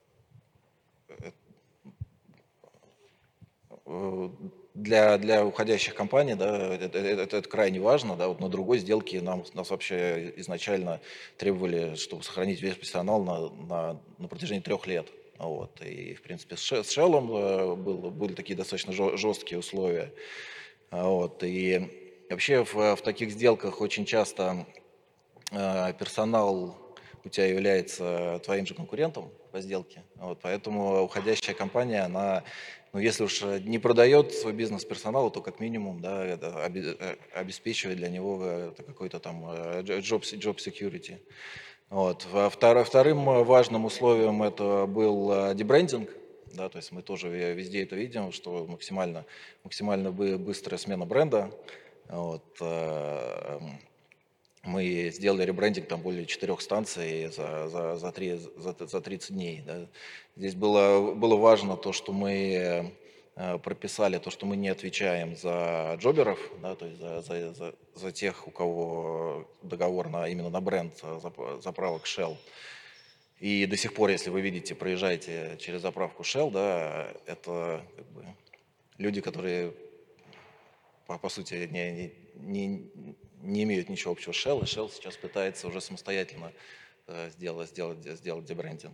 э, для, для уходящих компаний, да, это, это- это крайне важно. Да, вот на другой сделке нам, нас вообще изначально требовали, чтобы сохранить весь персонал на, на, на протяжении трех лет. Вот. И, в принципе, с Ше- с Shell э, был- были такие достаточно жё- жесткие условия. А, Вот. И вообще в, в таких сделках очень часто э, персонал у тебя является твоим же конкурентом по сделке. Вот, поэтому уходящая компания, она, ну, если уж не продает свой бизнес персоналу, то как минимум, да, это обе- э, обеспечивает для него э, это какой-то там э, job, job security. Вот. Во- втор- Вторым э, важным условием это был э, дебрендинг. Да, то есть мы тоже ве- везде это видим, что максимально, максимально бы- быстрая смена бренда. Вот. э, Мы сделали ребрендинг там более четырех станций за, за, за, три, за, за тридцать дней. Да. Здесь было, было важно то, что мы э, прописали, то, что мы не отвечаем за джоберов, да, то есть за, за, за, за тех, у кого договор на, именно на бренд э, зап- заправок Shell. И до сих пор, если вы видите, проезжаете через заправку Shell, да, это как бы люди, которые по, по сути не, не, не, не имеют ничего общего с Shell, и Shell сейчас пытается уже самостоятельно сделать, сделать, сделать дебрендинг.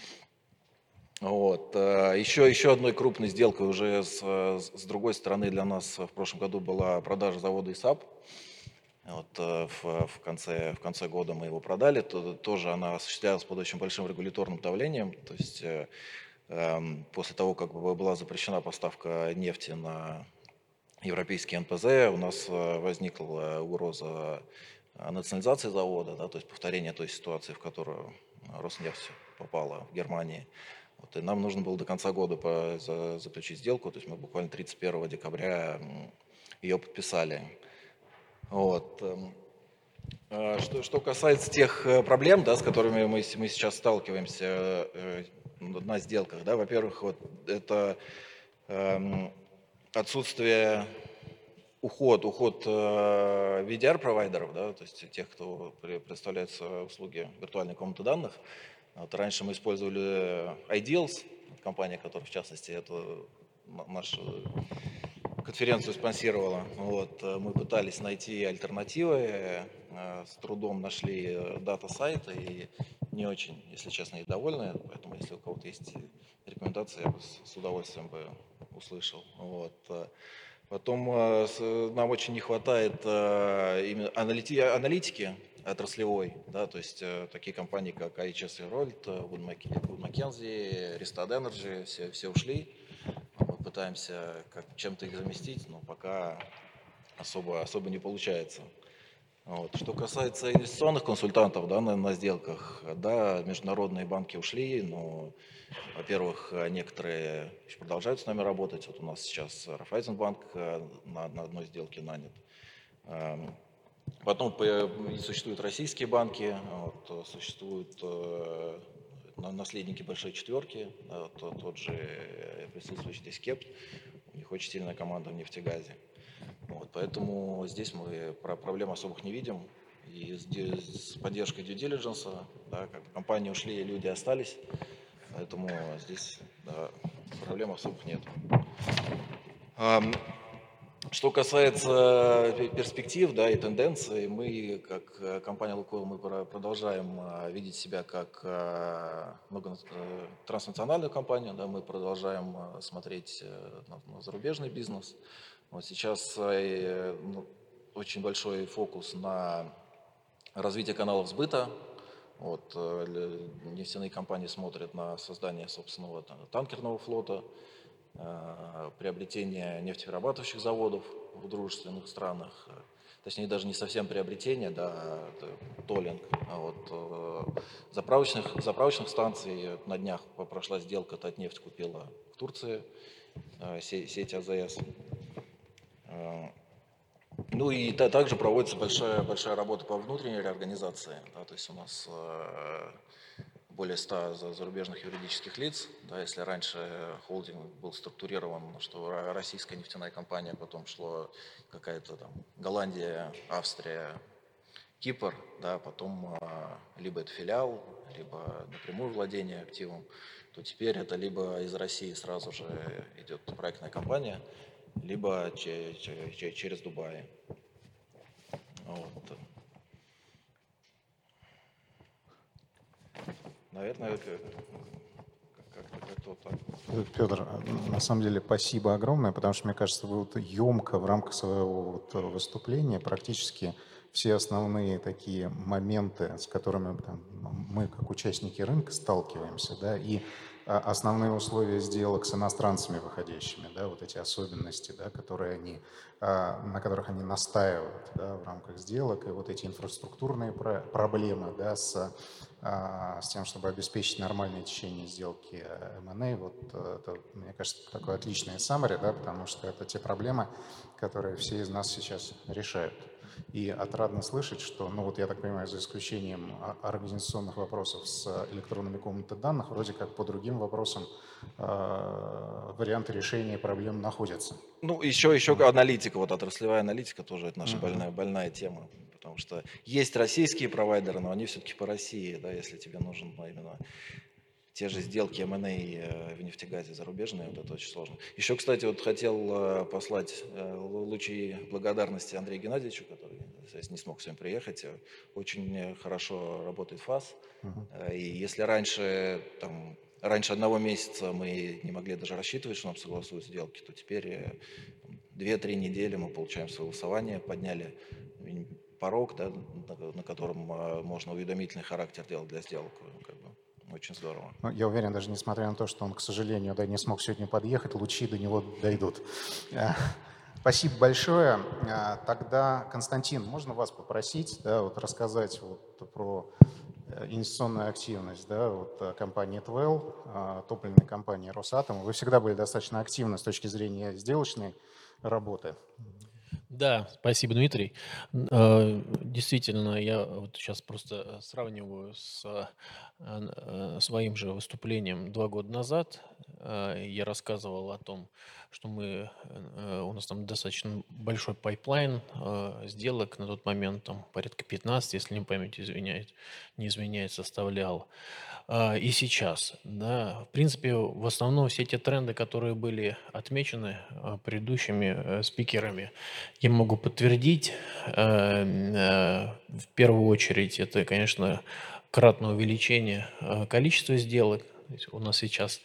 Вот. Еще, еще одной крупной сделкой уже с, с другой стороны для нас в прошлом году была продажа завода ИСАП. Вот, в, в, конце, в конце года мы его продали. То, тоже она осуществлялась под очень большим регуляторным давлением. То есть э, э, после того, как была запрещена поставка нефти на европейский эн пэ зэ, у нас возникла угроза национализации завода, да, то есть повторение той ситуации, в которую Роснефть попала в Германии. Вот, и нам нужно было до конца года по, за, заключить сделку, то есть мы буквально тридцать первого декабря ее подписали. Вот. Что, что касается тех проблем, да, с которыми мы, мы сейчас сталкиваемся на сделках, да, во-первых, вот это э, отсутствие, уход, уход э, ви ди ар-провайдеров, да, то есть тех, кто предоставляет услуги виртуальной комнаты данных. Вот раньше мы использовали Ideals, компания, которая, в частности, это наш конференцию спонсировала. Вот, мы пытались найти альтернативы, с трудом нашли дата-сайты и не очень, если честно, и довольны. Поэтому, если у кого-то есть рекомендации, я бы с удовольствием бы услышал. Вот. Потом нам очень не хватает именно аналитики отраслевой, да, то есть такие компании, как эй эйч эс и Rolt, Wood Mackenzie, Rystad Energy, все, все ушли. Мы пытаемся как, чем-то их заместить, но пока особо, особо не получается. Вот. Что касается инвестиционных консультантов, да, на, на сделках, да, международные банки ушли, но, во-первых, некоторые еще продолжают с нами работать. Вот у нас сейчас Райффайзенбанк на, на одной сделке нанят. Потом существуют российские банки, вот, существуют наследники большой четверки, да, тот, тот же присутствующий здесь Кепт, у них очень сильная команда в нефтегазе. Вот, поэтому здесь мы проблем особых не видим. И с, с поддержкой due diligence, да, как компании ушли, люди остались, поэтому здесь, да, проблем особых нет. Что касается перспектив, да, и тенденций, мы, как компания «Лукойл», мы продолжаем видеть себя как много, транснациональную компанию, да, мы продолжаем смотреть на, на зарубежный бизнес. Вот сейчас ну, очень большой фокус на развитие каналов сбыта. Вот, нефтяные компании смотрят на создание собственного танкерного флота, приобретение нефтеперерабатывающих заводов в дружественных странах, точнее даже не совсем приобретение, да, толлинг, а вот заправочных, заправочных станций. На днях прошла сделка, Татнефть купила в Турции сеть а зэ эс. Ну и также проводится большая, большая работа по внутренней реорганизации, да, то есть у нас более ста зарубежных юридических лиц. Да, если раньше холдинг был структурирован, что российская нефтяная компания, потом шло какая-то там Голландия, Австрия, Кипр, да, потом либо это филиал, либо напрямую владение активом, то теперь это либо из России сразу же идет проектная компания, либо через Дубай. Вот. Наверное, как-то, как-то вот так. Петр, на самом деле спасибо огромное, потому что, мне кажется, вы вот емко в рамках своего вот выступления практически все основные такие моменты, с которыми там, мы, как участники рынка, сталкиваемся, да, и основные условия сделок с иностранцами выходящими, да, вот эти особенности, да, которые они, на которых они настаивают, да, в рамках сделок, и вот эти инфраструктурные проблемы, да, с, с тем, чтобы обеспечить нормальное течение сделки эм энд эй, вот это, мне кажется, такое отличное summary, да, потому что это те проблемы, которые все из нас сейчас решают. И отрадно слышать, что, ну вот я так понимаю, за исключением организационных вопросов с электронными комнатами данных, вроде как по другим вопросам э, варианты решения проблем находятся. Ну, еще, еще аналитика, вот отраслевая аналитика тоже это наша uh-huh. больная, больная тема, потому что есть российские провайдеры, но они все-таки по России, да, если тебе нужен именно те же сделки эм энд эй в нефтегазе зарубежные, вот это очень сложно. Еще, кстати, вот хотел послать лучи благодарности Андрею Геннадьевичу, который не смог сегодня приехать. Очень хорошо работает ФАС. Uh-huh. И если раньше, там, раньше одного месяца мы не могли даже рассчитывать, что нам согласуют сделки, то теперь две-три недели мы получаем согласование, подняли порог, да, на котором можно уведомительный характер делать для сделок. Как бы. Очень здорово. Ну, я уверен, даже несмотря на то, что он, к сожалению, да, не смог сегодня подъехать, лучи до него дойдут. Спасибо большое. Тогда, Константин, можно вас попросить, да, вот рассказать вот про инвестиционную активность, да, вот компании Твел, топливной компании Росатом. Вы всегда были достаточно активны с точки зрения сделочной работы. Да, спасибо, Дмитрий. Действительно, я вот сейчас просто сравниваю с своим же выступлением два года назад. Я рассказывал о том, что мы, у нас там достаточно большой пайплайн сделок на тот момент, там порядка пятнадцати, если не память изменяет, не изменяет, составлял. И сейчас, да, в принципе, в основном все те тренды, которые были отмечены предыдущими спикерами, я могу подтвердить. В первую очередь, это, конечно, кратное увеличение количества сделок. У нас сейчас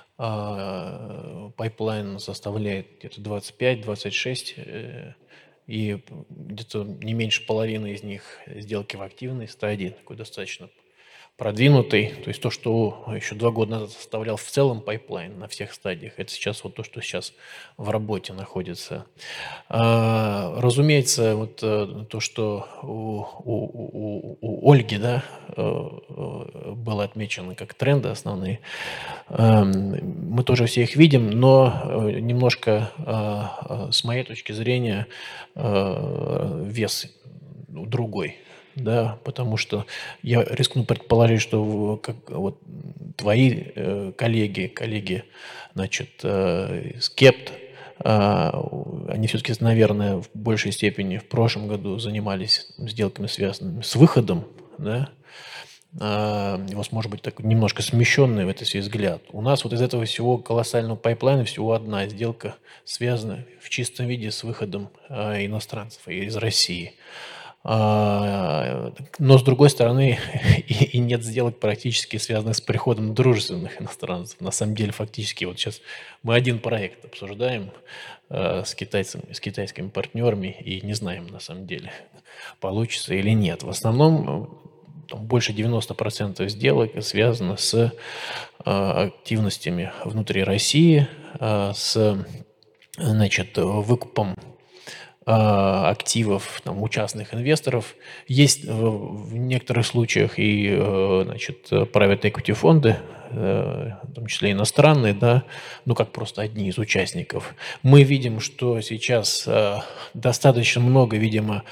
пайплайн составляет где-то двадцать пять - двадцать шесть, и где-то не меньше половины из них сделки в активной стадии, такой достаточно продвинутый, то есть то, что еще два года назад составлял в целом пайплайн на всех стадиях, это сейчас вот то, что сейчас в работе находится. А, разумеется, вот то, что у, у, у, у Ольги, да, было отмечено как тренды основные, мы тоже все их видим, но немножко с моей точки зрения вес другой. Да, потому что я рискну предположить, что как, вот, твои э, коллеги, коллеги, значит, э, Скепт, э, они все-таки, наверное, в большей степени в прошлом году занимались сделками, связанными с выходом, да, э, у вас может быть так немножко смещенный в этой связи взгляд. У нас вот из этого всего колоссального пайплайна всего одна сделка связана в чистом виде с выходом э, иностранцев из России. Но, с другой стороны, и, и нет сделок практически связанных с приходом дружественных иностранцев. На самом деле, фактически, вот сейчас мы один проект обсуждаем э, с китайцами, с китайскими партнерами и не знаем, на самом деле, получится или нет. В основном там, больше девяноста процентов сделок связано с э, активностями внутри России, э, с, значит, выкупом активов там, у частных инвесторов. Есть в некоторых случаях и, значит, private equity фонды, в том числе иностранные, да, ну как просто одни из участников. Мы видим, что сейчас достаточно много, видимо,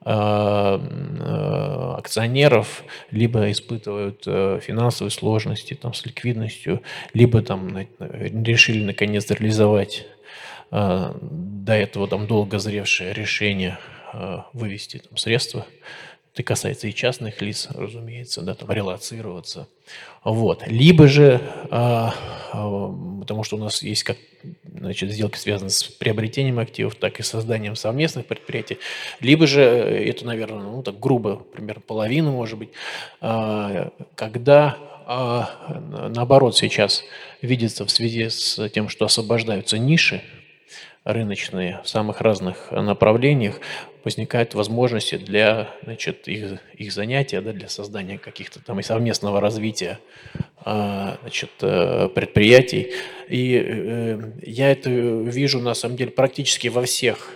акционеров либо испытывают финансовые сложности там, с ликвидностью, либо там решили наконец реализовать до этого там долго зревшее решение вывести там средства. Это касается и частных лиц, разумеется, да, там релоцироваться. Вот. Либо же, потому что у нас есть как, значит, сделки, связанные с приобретением активов, так и созданием совместных предприятий. Либо же, это, наверное, ну так грубо, примерно половина, может быть, когда наоборот сейчас видится в связи с тем, что освобождаются ниши рыночные в самых разных направлениях, возникают возможности для, значит, их, их занятия, да, для создания каких-то там и совместного развития, значит, предприятий. И я это вижу на самом деле практически во всех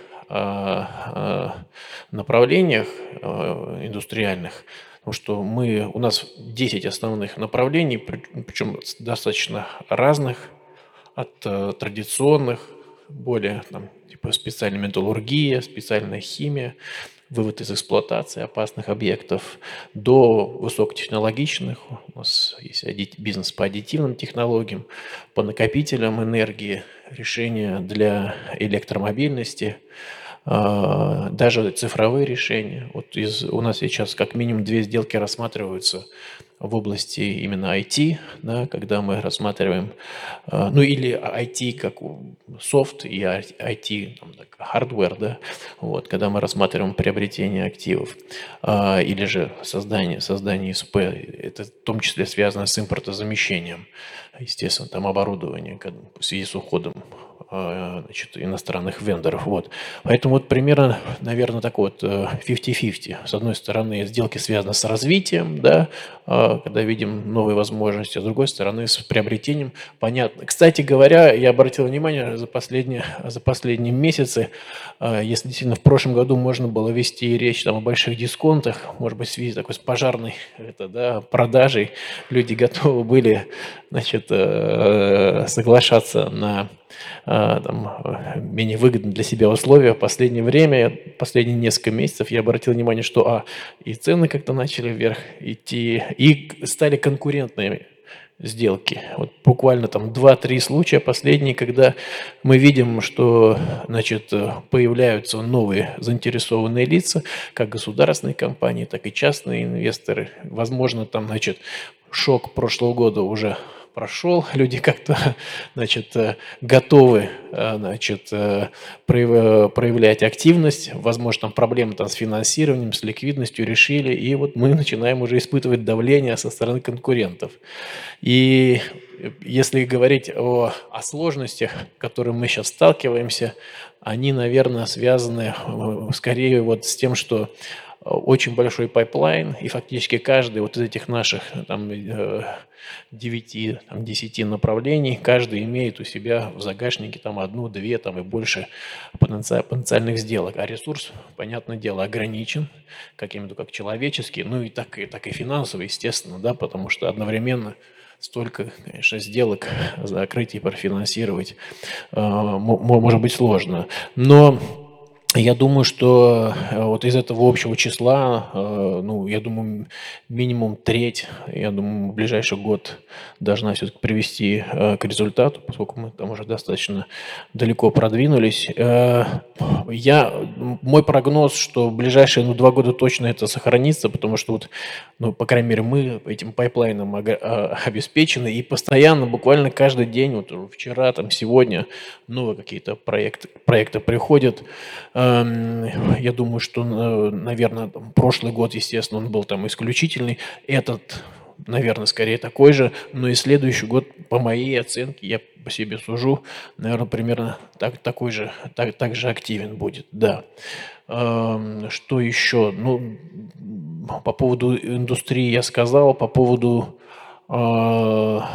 направлениях индустриальных, потому что мы, у нас десять основных направлений, причем достаточно разных, от традиционных, более там, типа специальная металлургия, специальная химия, вывод из эксплуатации опасных объектов, до высокотехнологичных. У нас есть бизнес по аддитивным технологиям, по накопителям энергии, решения для электромобильности, а, даже цифровые решения. Вот из, у нас сейчас как минимум две сделки рассматриваются в области именно ай ти, да, когда мы рассматриваем, а, ну или ай ти как софт и ай ти там, так, hardware, да, вот, когда мы рассматриваем приобретение активов, а, или же создание, создание ИСП, это в том числе связано с импортозамещением, естественно, там оборудование в связи с уходом а, значит, иностранных вендоров. Вот. Поэтому вот примерно, наверное, такой вот пятьдесят на пятьдесят. С одной стороны, сделки связаны с развитием, да, когда видим новые возможности, а с другой стороны, с приобретением. Понятно. Кстати говоря, я обратил внимание за последние, за последние месяцы, если действительно в прошлом году можно было вести речь там, о больших дисконтах, может быть, в связи такой с пожарной это, да, продажей, люди готовы были, значит, соглашаться на там, менее выгодные для себя условия. В последнее время, последние несколько месяцев я обратил внимание, что а, и цены как-то начали вверх идти, и стали конкурентными сделки. Вот буквально там два-три случая последние, когда мы видим, что значит, появляются новые заинтересованные лица, как государственные компании, так и частные инвесторы. Возможно, там, значит, шок прошлого года уже прошел, люди как-то, значит, готовы, значит, проявлять активность, возможно, там проблемы там с финансированием, с ликвидностью решили, и вот мы начинаем уже испытывать давление со стороны конкурентов. И если говорить о, о сложностях, с которыми мы сейчас сталкиваемся, они, наверное, связаны скорее вот с тем, что очень большой пайплайн, и фактически каждый вот из этих наших там, девяти-десяти направлений, каждый имеет у себя в загашнике там одну-две там, и больше потенциальных сделок. А ресурс, понятное дело, ограничен, как я имею в виду, как человеческий, ну и так и, так и финансово, естественно, да, потому что одновременно столько, конечно, сделок закрыть и профинансировать э, может быть сложно. Но я думаю, что вот из этого общего числа, ну, я думаю, минимум треть, я думаю, в ближайший год должна все-таки привести к результату, поскольку мы там уже достаточно далеко продвинулись. Я, мой прогноз, что в ближайшие ну, два года точно это сохранится, потому что, вот, ну, по крайней мере, мы этим пайплайном обеспечены, и постоянно, буквально каждый день, вот вчера, там, сегодня, новые какие-то проекты, проекты приходят. Я думаю, что, наверное, прошлый год, естественно, он был там исключительный. Этот, наверное, скорее такой же. Но и следующий год, по моей оценке, я по себе сужу, наверное, примерно так, такой же, так, так же активен будет. Да. Что еще? Ну, по поводу индустрии я сказал, по поводу а,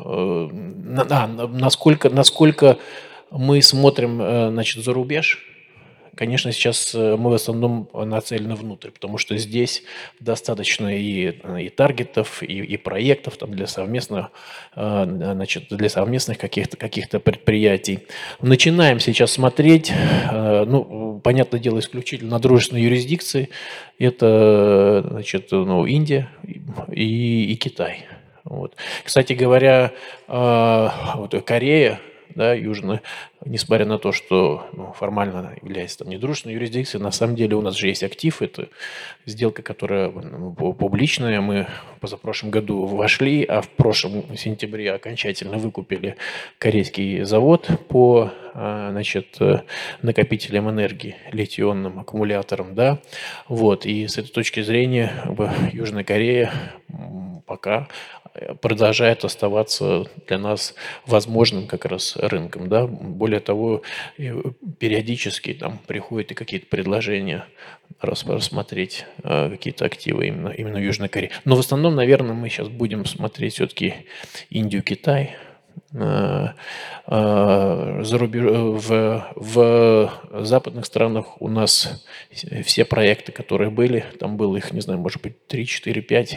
насколько, насколько мы смотрим, значит, за рубеж. Конечно, сейчас мы в основном нацелены внутрь, потому что здесь достаточно и, и таргетов, и, и проектов там, для совместных, значит, для совместных каких-то, каких-то предприятий. Начинаем сейчас смотреть, ну, понятное дело, исключительно на дружественной юрисдикции. Это, значит, ну, Индия и, и Китай. Вот. Кстати говоря, вот Корея, да, Южная, несмотря на то, что ну, формально является там недружественной юрисдикцией, на самом деле у нас же есть актив, это сделка, которая ну, публичная, мы позапрошлом году вошли, а в прошлом сентябре окончательно выкупили корейский завод по значит, накопителям энергии, литий-ионным аккумуляторам, да, вот, и с этой точки зрения Южная Корея пока продолжает оставаться для нас возможным как раз рынком. Да? Более того, периодически там приходят и какие-то предложения рассмотреть какие-то активы именно, именно в Южной Корее. Но в основном, наверное, мы сейчас будем смотреть все-таки Индию, Китай. За рубеж... в, в западных странах у нас все проекты, которые были, там было их, не знаю, может быть, три, четыре, пять,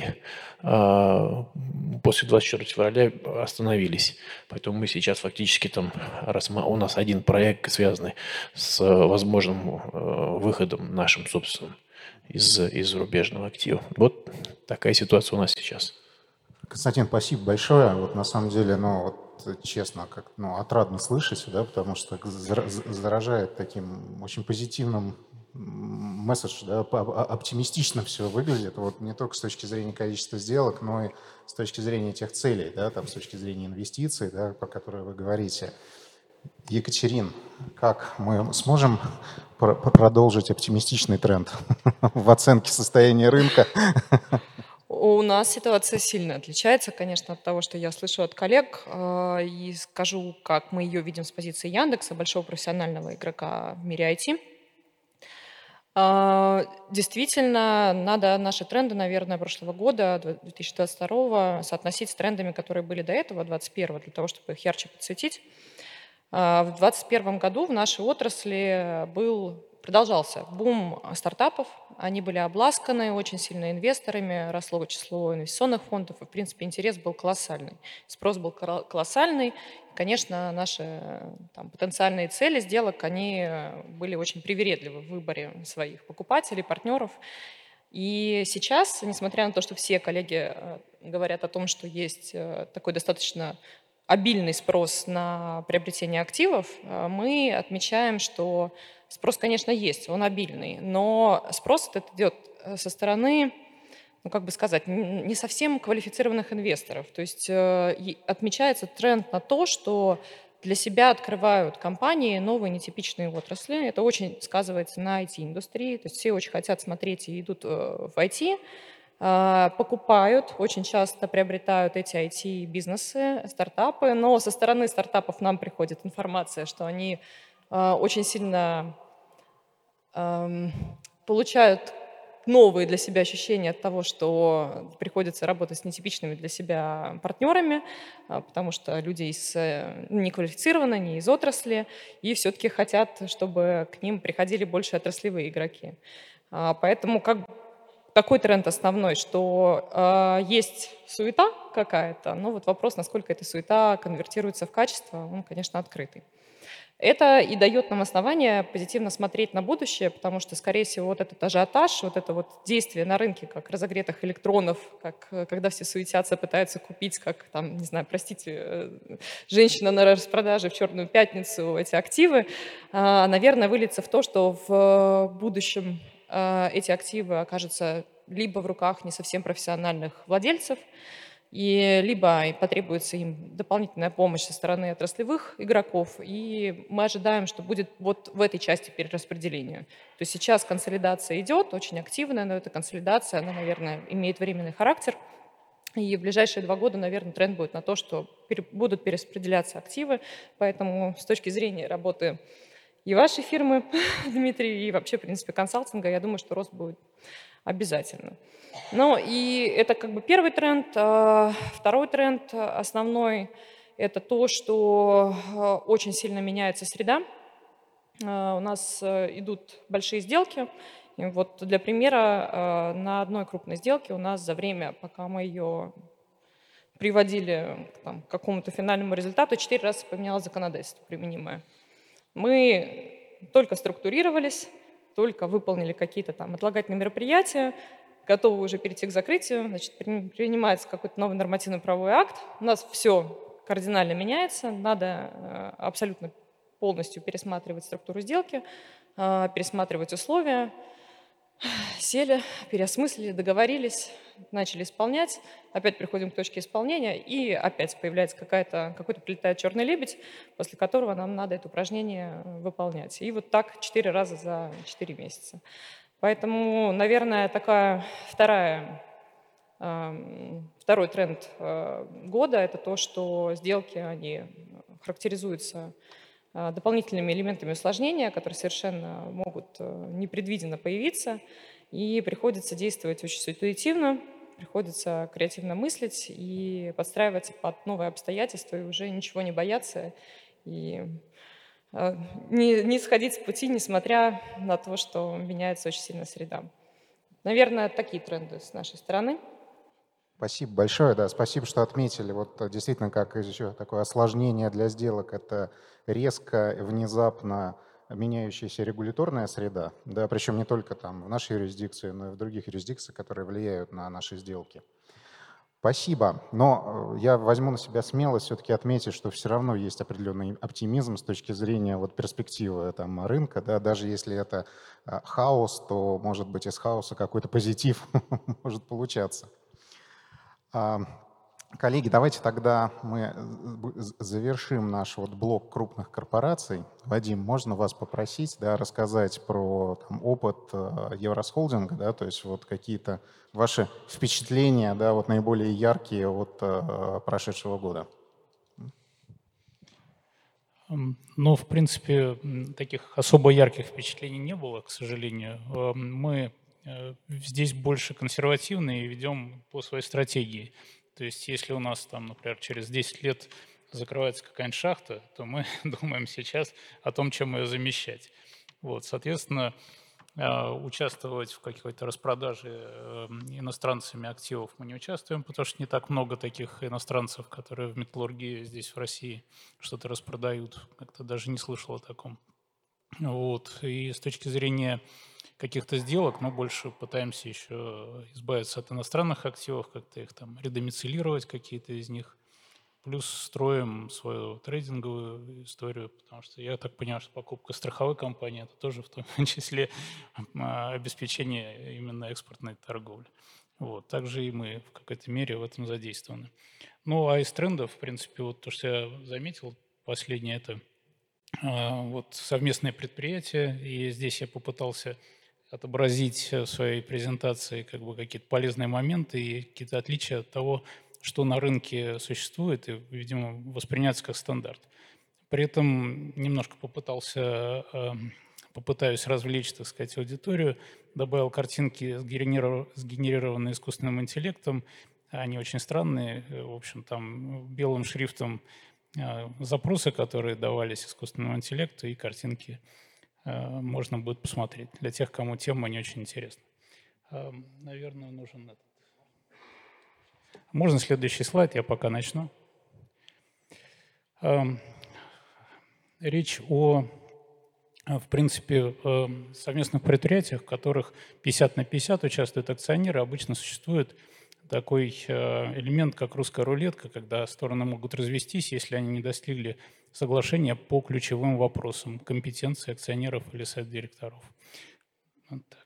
после двадцать четвёртого февраля остановились. Поэтому мы сейчас фактически там, у нас один проект, связанный с возможным выходом нашим собственным из, из зарубежного актива. Вот такая ситуация у нас сейчас. Константин, спасибо большое. Вот на самом деле, ну, вот вот честно, как, ну, отрадно слышать, да, потому что зара- заражает таким очень позитивным месседж, да, оптимистично все выглядит, вот не только с точки зрения количества сделок, но и с точки зрения тех целей, да, там, с точки зрения инвестиций, да, по которой вы говорите. Екатерин, как мы сможем пр- продолжить оптимистичный тренд в оценке состояния рынка? У нас ситуация сильно отличается, конечно, от того, что я слышу от коллег. э, И скажу, как мы ее видим с позиции Яндекса, большого профессионального игрока в мире ай ти. А, Действительно, надо наши тренды, наверное, прошлого года, две тысячи двадцать второго, соотносить с трендами, которые были до этого, двадцать первого, для того, чтобы их ярче подсветить. А, В двадцать первом году в нашей отрасли был, продолжался бум стартапов. Они были обласканы очень сильно инвесторами, росло число инвестиционных фондов, и, в принципе, интерес был колоссальный. Спрос был кол- колоссальный. Конечно, наши э, там, потенциальные цели сделок, они э, были очень привередливы в выборе своих покупателей, партнеров. И сейчас, несмотря на то, что все коллеги э, говорят о том, что есть э, такой достаточно обильный спрос на приобретение активов, э, мы отмечаем, что спрос, конечно, есть, он обильный, но спрос этот идет э, со стороны, ну, как бы сказать, н- не совсем квалифицированных инвесторов. То есть э, и отмечается тренд на то, что для себя открывают компании новые нетипичные отрасли. Это очень сказывается на ай ти-индустрии. То есть все очень хотят смотреть и идут э, в ай ти, а, покупают, очень часто приобретают эти ай ти-бизнесы, стартапы, но со стороны стартапов нам приходит информация, что они а, очень сильно ам, получают новые для себя ощущения от того, что приходится работать с нетипичными для себя партнерами, а, потому что люди из, э, не квалифицированы, не из отрасли, и все-таки хотят, чтобы к ним приходили больше отраслевые игроки. А, Поэтому как такой тренд основной, что э, есть суета какая-то, но вот вопрос, насколько эта суета конвертируется в качество, он, конечно, открытый. Это и дает нам основание позитивно смотреть на будущее, потому что, скорее всего, вот этот ажиотаж, вот это вот действие на рынке, как разогретых электронов, как э, когда все суетятся, пытаются купить, как там, не знаю, простите, э, женщина на распродаже в Черную пятницу эти активы, э, наверное, выльется в то, что в будущем э, эти активы окажутся либо в руках не совсем профессиональных владельцев, и либо и потребуется им дополнительная помощь со стороны отраслевых игроков, и мы ожидаем, что будет вот в этой части перераспределения. То есть сейчас консолидация идет, очень активная, но эта консолидация, она, наверное, имеет временный характер, и в ближайшие два года, наверное, тренд будет на то, что пере- будут перераспределяться активы, поэтому с точки зрения работы и вашей фирмы, Дмитрий, и вообще, в принципе, консалтинга, я думаю, что рост будет обязательно. Ну и это как бы первый тренд. А Второй тренд основной – это то, что а, очень сильно меняется среда. А, У нас э, идут большие сделки. И вот для примера, а, на одной крупной сделке у нас за время, пока мы ее приводили к там, к какому-то финальному результату, четыре раза поменялось законодательство применимое. Мы только структурировались, только выполнили какие-то там отлагательные мероприятия, готовы уже перейти к закрытию, значит, при- принимается какой-то новый нормативно-правовой акт, у нас все кардинально меняется, надо э, абсолютно полностью пересматривать структуру сделки, э, пересматривать условия. Сели, переосмыслили, договорились, начали исполнять, опять приходим к точке исполнения, и опять появляется какая-то, какой-то прилетает черный лебедь, после которого нам надо это упражнение выполнять. И вот так четыре раза за четыре месяца. Поэтому, наверное, такая вторая, эм, второй тренд э, года – это то, что сделки, они характеризуются э, дополнительными элементами усложнения, которые совершенно могут э, непредвиденно появиться, и приходится действовать очень ситуативно, приходится креативно мыслить и подстраиваться под новые обстоятельства, и уже ничего не бояться, и э, не, не сходить с пути, несмотря на то, что меняется очень сильно среда. Наверное, такие тренды с нашей стороны. Спасибо большое, да, спасибо, что отметили. Вот э, действительно, как еще такое осложнение для сделок, это резко, внезапно меняющаяся регуляторная среда, да, причем не только там в нашей юрисдикции, но и в других юрисдикциях, которые влияют на наши сделки. Спасибо. Но э, я возьму на себя смелость все-таки отметить, что все равно есть определенный оптимизм с точки зрения вот перспективы там, рынка. Да? Даже если это э, хаос, то, может быть, из хаоса какой-то позитив может получаться. А, Коллеги, давайте тогда мы з- завершим наш вот блок крупных корпораций. Вадим, можно вас попросить, да, рассказать про там, опыт э, Евросхолдинга, да, то есть вот какие-то ваши впечатления, да, вот наиболее яркие от э, прошедшего года? М, Ну, в принципе, м, таких особо ярких впечатлений не было, к сожалению. Э, Мы э, здесь больше консервативны и ведем по своей стратегии. То есть если у нас там, например, через десять лет закрывается какая-нибудь шахта, то мы думаем сейчас о том, чем ее замещать. Вот, соответственно, э, участвовать в какой-то распродаже э, иностранцами активов мы не участвуем, потому что не так много таких иностранцев, которые в металлургии здесь, в России, что-то распродают. Как-то даже не слышал о таком. Вот. И с точки зрения каких-то сделок мы больше пытаемся еще избавиться от иностранных активов, как-то их там редомицилировать, какие-то из них. Плюс строим свою трейдинговую историю, потому что я так понимаю, что покупка страховой компании – это тоже в том числе а, обеспечение именно экспортной торговли. Вот. Также и мы в какой-то мере в этом задействованы. Ну, а из трендов, в принципе, вот то, что я заметил, последнее – это а, вот совместное предприятие, и здесь я попытался отобразить в своей презентации как бы какие-то полезные моменты и какие-то отличия от того, что на рынке существует и, видимо, восприняться как стандарт. При этом немножко попытался, э, попытаюсь развлечь, так сказать, аудиторию, добавил картинки, сгенериров- сгенерированные искусственным интеллектом. Они очень странные. В общем, там белым шрифтом э, запросы, которые давались искусственному интеллекту, и картинки э, можно будет посмотреть для тех, кому тема не очень интересна. Э, Наверное, нужен этот. Можно следующий слайд, я пока начну. Эм, Речь о, э, в принципе, эм, совместных предприятиях, в которых пятьдесят на пятьдесят участвуют акционеры. Обычно существует такой э, элемент, как русская рулетка, когда стороны могут развестись, если они не достигли соглашения по ключевым вопросам компетенции акционеров или совет директоров. Вот так.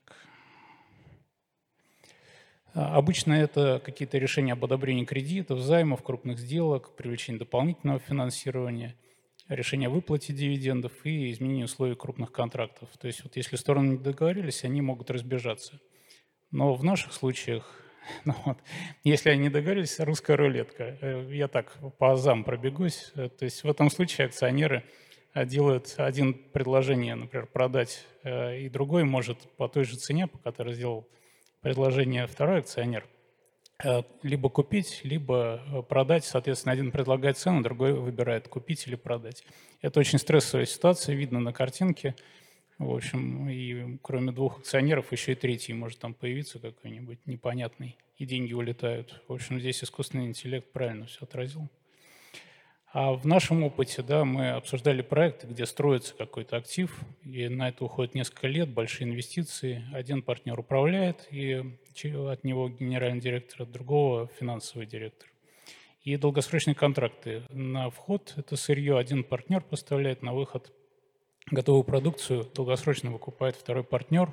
А, Обычно это какие-то решения об одобрении кредитов, займов, крупных сделок, привлечении дополнительного финансирования, решение о выплате дивидендов и изменение условий крупных контрактов. То есть вот если стороны не договорились, они могут разбежаться. Но в наших случаях, ну вот, если они не договорились, русская рулетка. Э, Я так по азам пробегусь. Э, То есть в этом случае акционеры э, делают один предложение, например, продать, э, и другой может по той же цене, по которой сделал предложение второй акционер, э, либо купить, либо э, продать. Соответственно, один предлагает цену, другой выбирает купить или продать. Это очень стрессовая ситуация, видно на картинке. В общем, и кроме двух акционеров еще и третий может там появиться какой-нибудь непонятный, и деньги улетают. В общем, здесь искусственный интеллект правильно все отразил. А в нашем опыте, да, мы обсуждали проекты, где строится какой-то актив, и на это уходит несколько лет, большие инвестиции. Один партнер управляет, и че- от него генеральный директор, от другого финансовый директор. И долгосрочные контракты. На вход это сырье один партнер поставляет, на выход готовую продукцию долгосрочно выкупает второй партнер.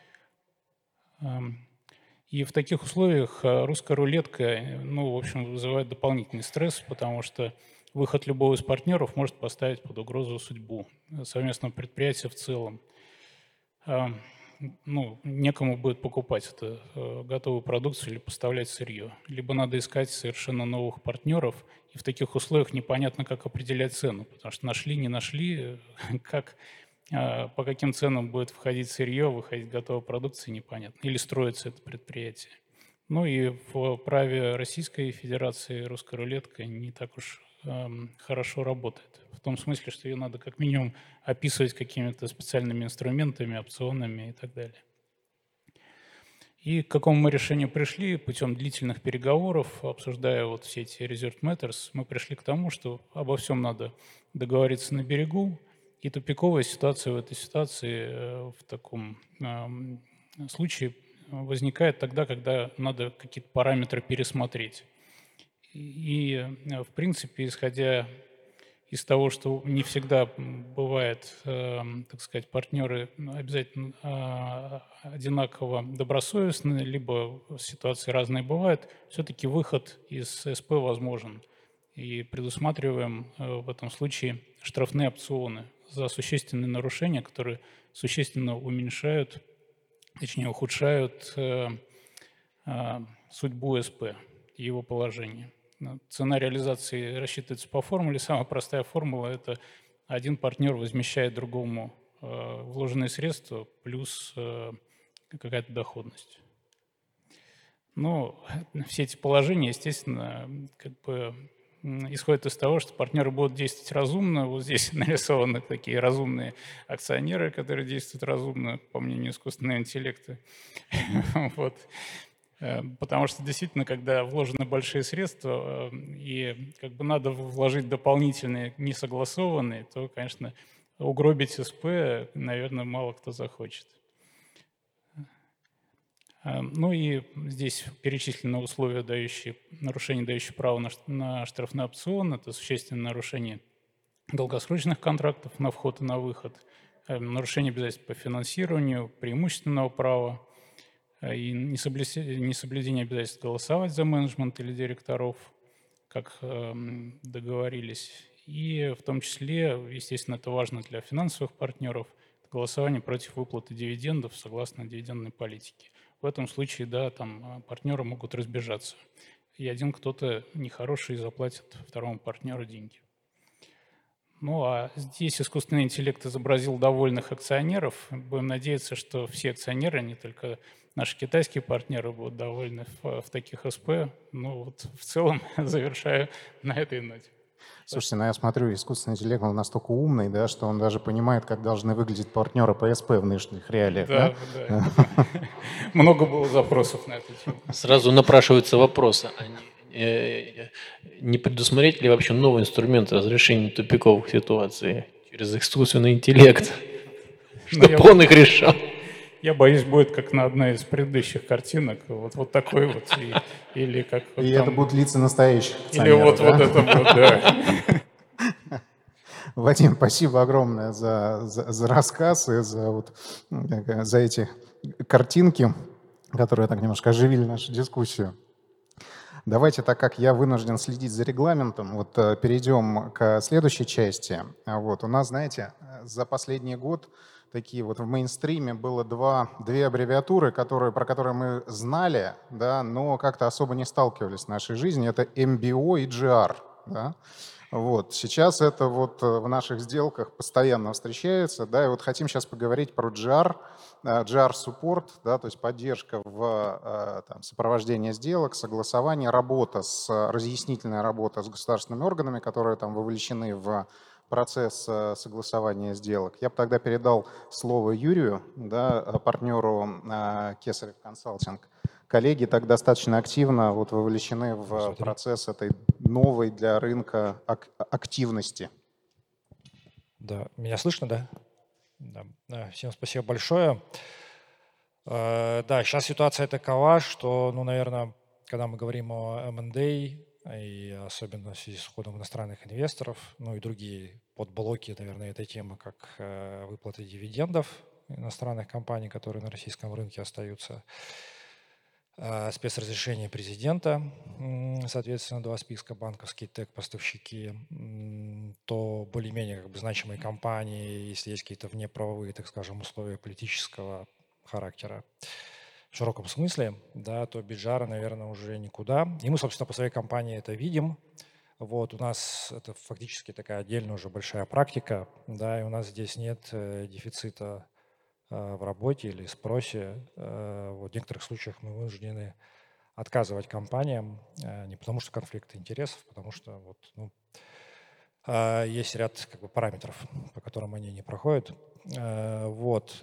Ам, И в таких условиях э, русская рулетка, э, ну, в общем, вызывает дополнительный стресс, потому что выход любого из партнеров может поставить под угрозу судьбу э, совместного предприятия в целом. Ам, Ну, некому будет покупать эту э, готовую продукцию или поставлять сырье. Либо надо искать совершенно новых партнеров, и в таких условиях непонятно, как определять цену, потому что нашли, не нашли, э, как, а, по каким ценам будет входить сырье, выходить готовая продукция, непонятно. Или строится это предприятие. Ну и в праве Российской Федерации русская рулетка не так уж эм, хорошо работает. В том смысле, что ее надо как минимум описывать какими-то специальными инструментами, опционами и так далее. И к какому мы решению пришли? Путем длительных переговоров, обсуждая вот все эти reserved matters, мы пришли к тому, что обо всем надо договориться на берегу, и тупиковая ситуация в этой ситуации, э, в таком э, случае возникает тогда, когда надо какие-то параметры пересмотреть. И, в принципе, исходя из того, что не всегда бывает, э, так сказать, партнеры обязательно э, одинаково добросовестны, либо ситуации разные бывают, все-таки выход из СП возможен. И предусматриваем э, в этом случае штрафные опционы за существенные нарушения, которые существенно уменьшают, точнее ухудшают э, э, судьбу СП и его положение. Цена реализации рассчитывается по формуле. Самая простая формула – это один партнер возмещает другому э, вложенные средства плюс э, какая-то доходность. Но все эти положения, естественно, как бы исходят из того, что партнеры будут действовать разумно. Вот здесь нарисованы такие разумные акционеры, которые действуют разумно, по мнению искусственного интеллекта. Вот. Потому что действительно, когда вложены большие средства и как бы надо вложить дополнительные, несогласованные, то, конечно, угробить СП, наверное, мало кто захочет. Ну и здесь перечислены условия, дающие, нарушения, дающие право на, на штрафной опцион. Это существенное нарушение долгосрочных контрактов на вход и на выход, нарушение обязательств по финансированию, преимущественного права, и несоблюдение обязательств голосовать за менеджмент или директоров, как э, договорились. И в том числе, естественно, это важно для финансовых партнеров, голосование против выплаты дивидендов согласно дивидендной политике. В этом случае, да, там партнеры могут разбежаться. И один кто-то нехороший заплатит второму партнеру деньги. Ну а здесь искусственный интеллект изобразил довольных акционеров. Будем надеяться, что все акционеры, не только наши китайские партнеры, будут довольны в, в таких СП. Ну вот в целом завершаю на этой ноте. Слушайте, ну я смотрю, искусственный интеллект, он настолько умный, да, что он даже понимает, как должны выглядеть партнеры по СП в нынешних реалиях. Да, да. Много было запросов на эту тему. Сразу напрашиваются вопросы. Не предусмотреть ли вообще новый инструмент разрешения тупиковых ситуаций через искусственный интеллект, чтобы он их решал? Я боюсь, будет как на одной из предыдущих картинок, вот, вот такой вот, и, или как... Вот и там, это будут лица настоящих или вот, да? вот это вот, да. Вадим, спасибо огромное за, за, за рассказ и за, вот, за эти картинки, которые так немножко оживили нашу дискуссию. Давайте, так как я вынужден следить за регламентом, вот перейдем к следующей части. Вот, у нас, знаете, за последний год такие вот в мейнстриме было два, две аббревиатуры, которые, про которые мы знали, да, но как-то особо не сталкивались в нашей жизни. Это эм би о и джи ар. Да. Вот. Сейчас это вот в наших сделках постоянно встречается. Да, и вот хотим сейчас поговорить про джи ар, джи ар-суппорт, да, то есть поддержка в там, сопровождении сделок, согласование, работа, с, разъяснительная работа с государственными органами, которые там вовлечены в процесс согласования сделок. Я бы тогда передал слово Юрию, да, партнеру Кесарев Консалтинг. Коллеги так достаточно активно вот вовлечены в процесс этой новой для рынка ак- активности. Да, меня слышно, да? Да. Всем спасибо большое. Да, сейчас ситуация такова, что, ну, наверное, когда мы говорим о эм энд эй, и особенно в связи с уходом иностранных инвесторов, ну и другие подблоки, наверное, этой темы, как выплаты дивидендов иностранных компаний, которые на российском рынке остаются, спецразрешение президента, соответственно, два списка: банковские, тэк, поставщики, то более-менее как бы значимые компании, если есть какие-то внеправовые, так скажем, условия политического характера, в широком смысле, да, то без джи ар, наверное, уже никуда. И мы, собственно, по своей компании это видим. Вот, у нас это фактически такая отдельная уже большая практика, да, и у нас здесь нет дефицита в работе или спросе. Вот в некоторых случаях мы вынуждены отказывать компаниям не потому, что конфликт интересов, потому что вот, ну, есть ряд как бы параметров, по которым они не проходят. Вот.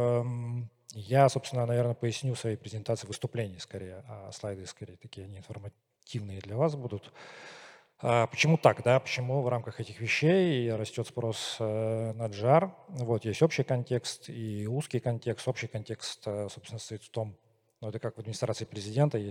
Я, собственно, наверное, поясню в своей презентации выступления скорее, а слайды скорее такие не информативные для вас будут. Почему так, да? Почему в рамках этих вещей растет спрос на джи ар? Вот есть общий контекст и узкий контекст. Общий контекст, собственно, состоит в том, ну, это как в администрации президента есть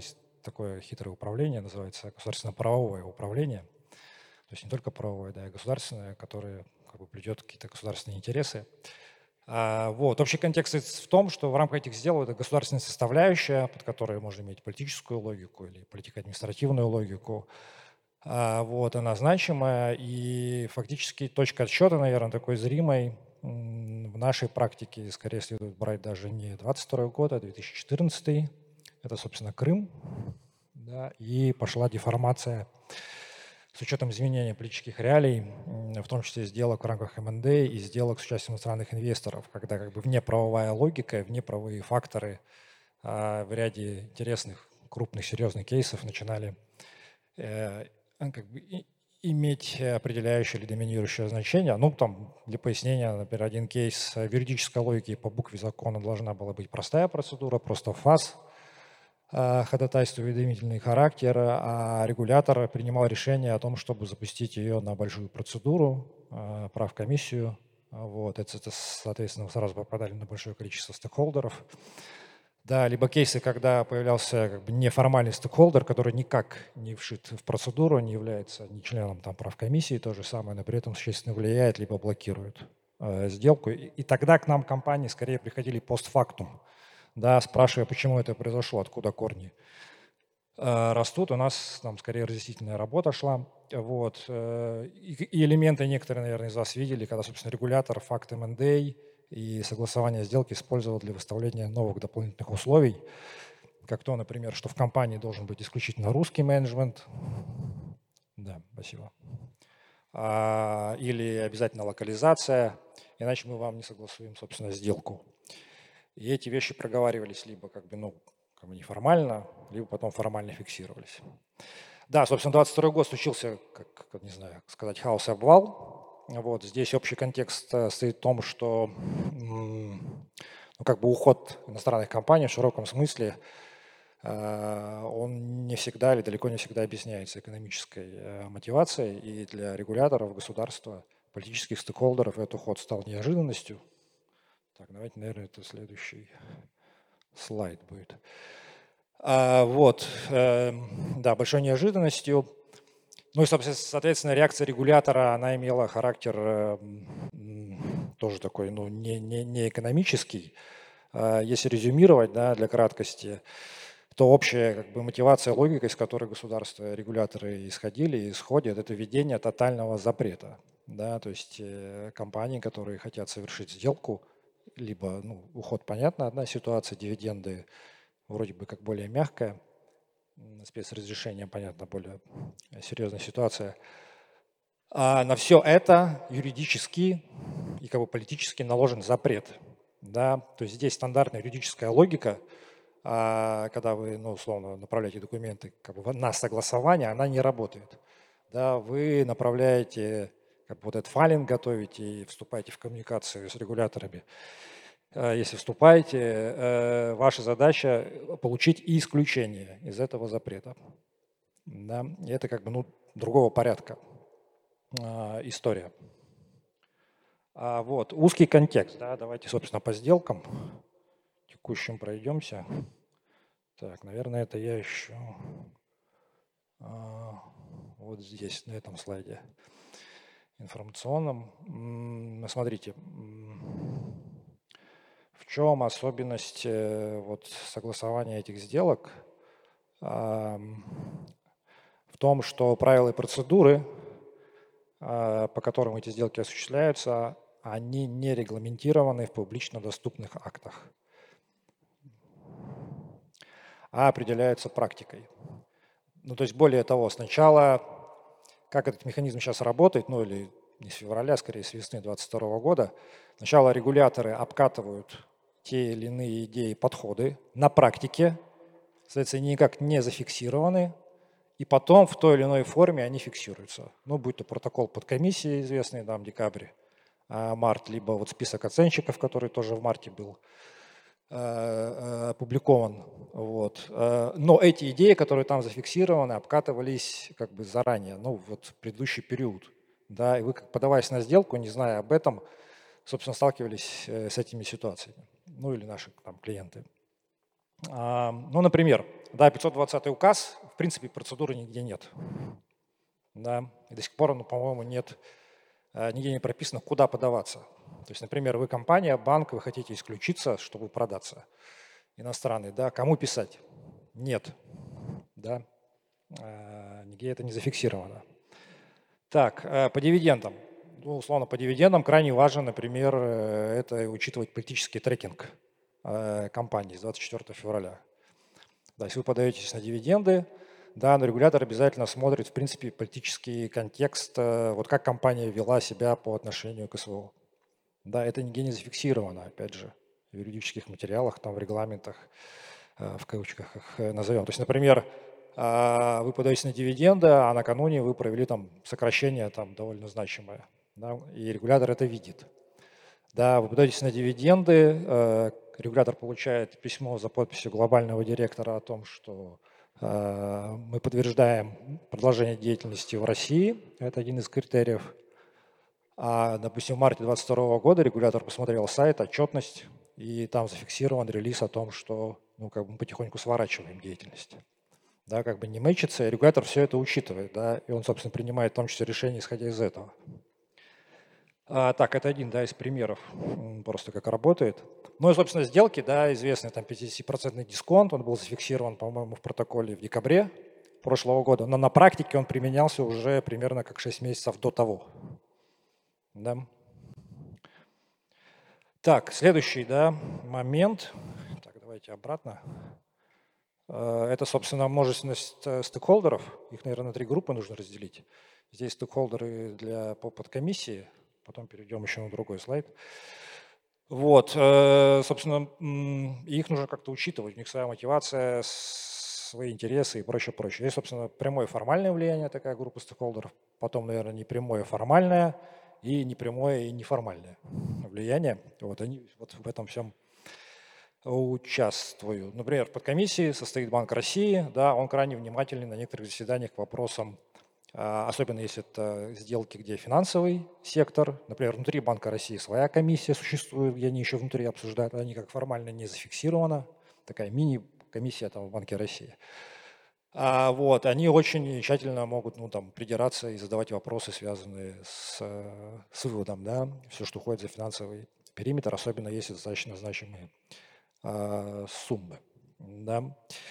такое хитрое управление, называется государственно-правовое управление. То есть не только правовое, да, и государственное, которое как бы плетет какие-то государственные интересы. А, вот. Общий контекст в том, что в рамках этих сделок это государственная составляющая, под которой можно иметь политическую логику или политико-административную логику. А, вот, она значимая, и фактически точка отсчета, наверное, такой зримой в нашей практике скорее следует брать даже не двадцать второй год, а две тысячи четырнадцатый. Это, собственно, Крым. Да, и пошла деформация с учетом изменения политических реалий, в том числе сделок в рамках эм энд эй и сделок с участием иностранных инвесторов, когда как бы внеправовая логика, внеправовые факторы а, в ряде интересных, крупных, серьезных кейсов начинали э, как бы и, иметь определяющее или доминирующее значение. Ну, там, для пояснения, например, один кейс в юридической логике по букве закона должна была быть простая процедура, просто ФАС, ходатайство, уведомительный характер, а регулятор принимал решение о том, чтобы запустить ее на большую процедуру, правкомиссию. Вот. Это, это, соответственно, сразу попадали на большое количество стейкхолдеров. Да, либо кейсы, когда появлялся как бы неформальный стейкхолдер, который никак не вшит в процедуру, не является ни членом там, правкомиссии, то же самое, но при этом существенно влияет, либо блокирует э, сделку. И, и тогда к нам компании скорее приходили постфактум, да, спрашивая, почему это произошло, откуда корни э, растут. У нас там скорее разъяснительная работа шла. Вот. Э, и, и элементы некоторые, наверное, из вас видели, когда, собственно, регулятор, факт эм энд эй и согласование сделки использовал для выставления новых дополнительных условий, как то, например, что в компании должен быть исключительно русский менеджмент. Да, спасибо. А, или обязательно локализация, иначе мы вам не согласуем, собственно, сделку. И эти вещи проговаривались либо как бы, ну, как бы неформально, либо потом формально фиксировались. Да, собственно, двадцать второй год случился, как, как не знаю, как сказать, хаос и обвал. Вот, здесь общий контекст стоит в том, что ну, как бы уход иностранных компаний в широком смысле, он не всегда или далеко не всегда объясняется экономической мотивацией, и для регуляторов, государства, политических стейкхолдеров этот уход стал неожиданностью. Так, давайте, наверное, это следующий слайд будет. А, вот, э, да, большой неожиданностью. Ну и, соответственно, реакция регулятора, она имела характер э, тоже такой, ну, не, не, не экономический. А если резюмировать, да, для краткости, то общая как бы мотивация, логика, из которой государства, регуляторы исходили и исходят, это введение тотального запрета. Да, то есть э, компании, которые хотят совершить сделку, либо ну, уход, понятно, одна ситуация, дивиденды вроде бы как более мягкая, спецразрешение, понятно, более серьезная ситуация. А на все это юридически и как бы политически наложен запрет. Да? То есть здесь стандартная юридическая логика, а когда вы, ну, условно, направляете документы как бы на согласование, она не работает. Да? Вы направляете, как бы вот этот файлинг готовите и вступаете в коммуникацию с регуляторами. Если вступаете, ваша задача получить исключение из этого запрета. Да? И это как бы ну, другого порядка история. А вот, узкий контекст. Да? Давайте, собственно, по сделкам текущим пройдемся. Так, наверное, это я еще вот здесь, на этом слайде информационном. Смотрите. В чем особенность вот, согласования этих сделок? В том, что правила и процедуры, по которым эти сделки осуществляются, они не регламентированы в публично доступных актах, а определяются практикой. Ну, то есть более того, сначала, как этот механизм сейчас работает, ну или не с февраля, скорее с весны две тысячи двадцать второго года, сначала регуляторы обкатывают те или иные идеи, подходы на практике, соответственно, никак не зафиксированы, и потом в той или иной форме они фиксируются. Ну, будь то протокол подкомиссии, известный нам в декабре, март, либо вот список оценщиков, который тоже в марте был опубликован. Вот. Но эти идеи, которые там зафиксированы, обкатывались как бы заранее, ну, вот в предыдущий период. Да, и вы, подаваясь на сделку, не зная об этом, собственно, сталкивались с этими ситуациями. Ну или наши там клиенты. А, ну, например, да, пятьсот двадцатый указ, в принципе, процедуры нигде нет. Да, и до сих пор, ну, по-моему, нет, нигде не прописано, куда подаваться. То есть, например, вы компания, банк, вы хотите исключиться, чтобы продаться. Иностранный, да, кому писать? Нет, да, а, нигде это не зафиксировано. Так, по дивидендам. Ну, условно, по дивидендам крайне важно, например, это учитывать политический трекинг компании с двадцать четвёртого февраля. Да, если вы подаетесь на дивиденды, да, но регулятор обязательно смотрит, в принципе, политический контекст, вот как компания вела себя по отношению к СВО. Да, это нигде не зафиксировано, опять же, в юридических материалах, там, в регламентах, в кавычках их назовем. То есть, например, вы подаетесь на дивиденды, а накануне вы провели там сокращение там довольно значимое, да, и регулятор это видит. Да, вы подаетесь на дивиденды, регулятор получает письмо за подписью глобального директора о том, что мы подтверждаем продолжение деятельности в России, это один из критериев. А, допустим, в марте две тысячи двадцать второго года регулятор посмотрел сайт, отчетность, и там зафиксирован релиз о том, что ну, как бы мы потихоньку сворачиваем деятельность. Да, как бы не мэчится, и регулятор все это учитывает, да, и он, собственно, принимает в том числе решение, исходя из этого. А, так, это один, да, из примеров, просто как работает. Ну и, собственно, сделки, да, известный там пятидесятипроцентный дисконт, он был зафиксирован, по-моему, в протоколе в декабре прошлого года, но на практике он применялся уже примерно как шесть месяцев до того. Да. Так, следующий, да, момент. Так, давайте обратно. Это, собственно, множественность стейкхолдеров. Их, наверное, на три группы нужно разделить. Здесь стейкхолдеры для по подкомиссии. Потом перейдем еще на другой слайд. Вот, собственно, их нужно как-то учитывать. У них своя мотивация, свои интересы и прочее, прочее. Есть, собственно, прямое формальное влияние, такая группа стейкхолдеров. Потом, наверное, непрямое формальное и непрямое и неформальное влияние. Вот они вот в этом всем участвуют. Например, в подкомиссии состоит Банк России, да, он крайне внимательный на некоторых заседаниях к вопросам, особенно если это сделки, где финансовый сектор. Например, внутри Банка России своя комиссия существует, где они еще внутри обсуждают, они как формально не зафиксировано, такая мини-комиссия там в Банке России. А вот, они очень тщательно могут ну, там, придираться и задавать вопросы, связанные с, с выводом, да, все, что уходит за финансовый периметр, особенно если достаточно значимые а, суммы. Да.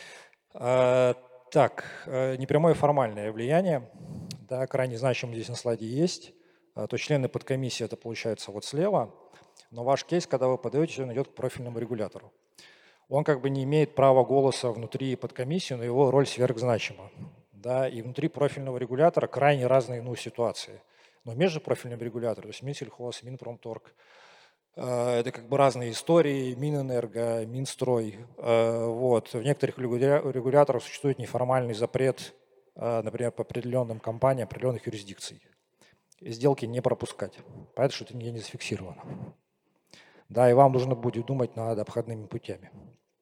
А, так, непрямое формальное влияние, да, крайне значимое здесь на слайде есть, а, то члены подкомиссии это получается вот слева, но ваш кейс, когда вы подаетесь, он идет к профильному регулятору. Он как бы не имеет права голоса внутри подкомиссии, но его роль сверхзначима. Да, и внутри профильного регулятора крайне разные ну, ситуации. Но между профильным регулятором, то есть Минсельхоз, Минпромторг, э, это как бы разные истории, Минэнерго, Минстрой. Э, вот. В некоторых регуляторах существует неформальный запрет, э, например, по определенным компаниям, определенных юрисдикций. И сделки не пропускать. Понятно, что это нигде не зафиксировано. Да, и вам нужно будет думать над обходными путями.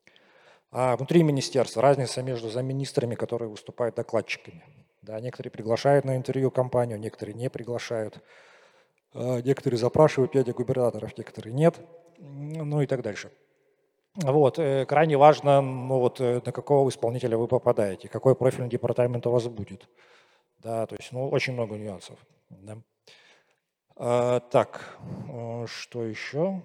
А внутри министерства разница между замминистрами, которые выступают докладчиками. Да, некоторые приглашают на интервью компанию, некоторые не приглашают. Некоторые запрашивают пять губернаторов, некоторые нет. Ну и так дальше. Вот, крайне важно, ну вот, на какого исполнителя вы попадаете, какой профильный департамент у вас будет. Да, то есть, ну, очень много нюансов. Да. А, так, что еще?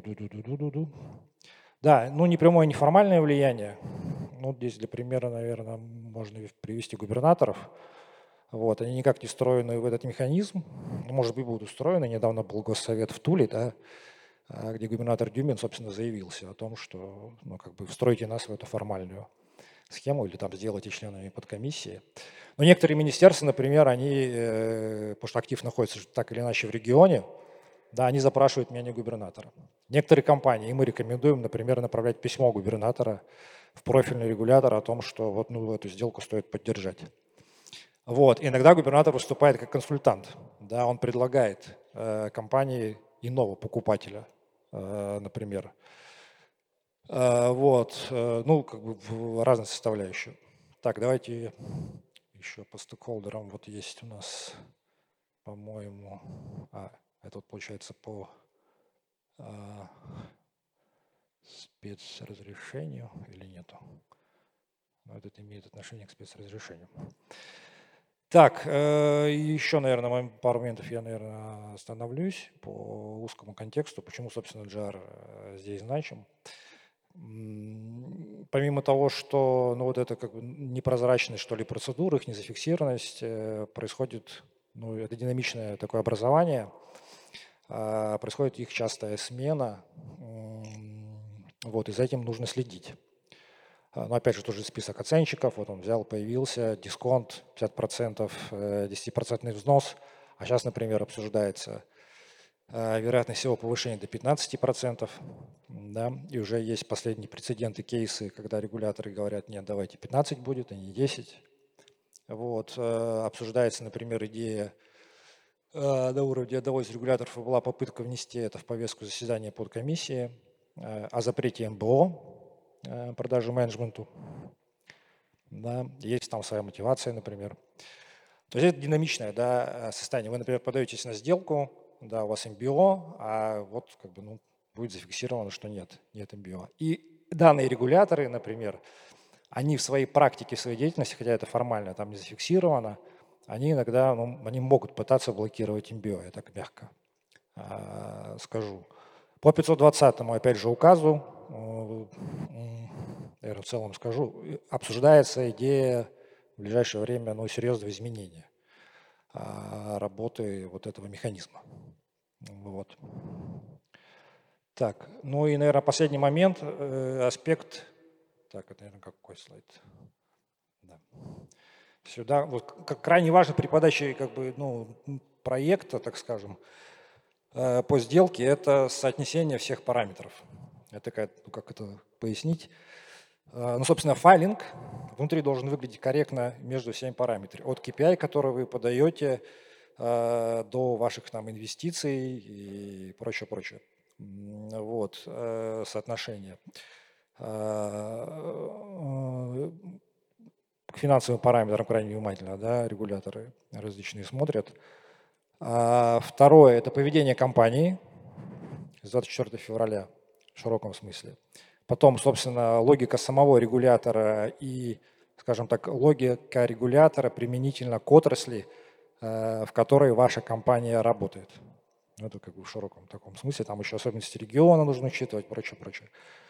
Да, ну непрямое неформальное влияние. Ну, здесь для примера, наверное, можно привести губернаторов. Вот, они никак не встроены в этот механизм. Может быть, будут устроены. Недавно был госсовет в Туле, да, где губернатор Дюмин, собственно, заявился о том, что ну, как бы встройте нас в эту формальную схему или там сделайте членами подкомиссии. Но некоторые министерства, например, они, э, потому что актив находится так или иначе в регионе, да, они запрашивают мнение губернатора. Некоторые компании, и мы рекомендуем, например, направлять письмо губернатора в профильный регулятор о том, что вот, ну, эту сделку стоит поддержать. Вот. Иногда губернатор выступает как консультант. Да, он предлагает э, компании иного покупателя, э, например. Э, вот. Э, ну, как бы в разных составляющих. Так, давайте еще по стейкхолдерам. Вот есть у нас, по-моему... А, это вот получается по... спецразрешению или нету? Но это имеет отношение к спецразрешению. Так, еще, наверное, пару моментов я, наверное, остановлюсь по узкому контексту, почему, собственно, джей ар здесь значим. Помимо того, что ну, вот это как бы непрозрачность, что ли, процедур, их незафиксированность, происходит, ну, это динамичное такое образование, происходит их частая смена, вот, и за этим нужно следить. Но опять же, тоже список оценщиков, вот он взял, появился, дисконт пятьдесят процентов, десятипроцентный взнос, а сейчас, например, обсуждается вероятность всего повышения до пятнадцати процентов, да, и уже есть последние прецеденты, кейсы, когда регуляторы говорят, нет, давайте пятнадцать будет, а не десять. Вот, обсуждается, например, идея на уровне одного из регуляторов была попытка внести это в повестку заседания подкомиссии о запрете эм бэ о, продажи менеджменту. Да, есть там своя мотивация, например. То есть это динамичное, да, состояние. Вы, например, подаетесь на сделку, да, у вас эм бэ о, а вот как бы, ну, будет зафиксировано, что нет, нет эм бэ о. И данные регуляторы, например, они в своей практике, в своей деятельности, хотя это формально там не зафиксировано, они иногда, ну, они могут пытаться блокировать эм бэ о, я так мягко а, скажу. По пятьсот двадцатому, опять же, указу, наверное, в целом скажу, обсуждается идея в ближайшее время, ну, серьезного изменения работы вот этого механизма. Вот. Так, ну и, наверное, последний момент, аспект, так, это, наверное, какой слайд? Да. Сюда, вот, как крайне важно при подаче, как бы, ну, проекта, так скажем, по сделке, это соотнесение всех параметров. Это как, ну, как это пояснить? Ну, собственно, файлинг внутри должен выглядеть корректно между всеми параметрами. От кей пи ай, который вы подаете, до ваших там инвестиций и прочее, прочее. Вот, соотношение. К финансовым параметрам крайне внимательно, да, регуляторы различные смотрят. Второе – это поведение компании с двадцать четвёртого февраля в широком смысле. Потом, собственно, логика самого регулятора и, скажем так, логика регулятора применительно к отрасли, в которой ваша компания работает. Это как бы в широком таком смысле. Там еще особенности региона нужно учитывать, прочее, прочее.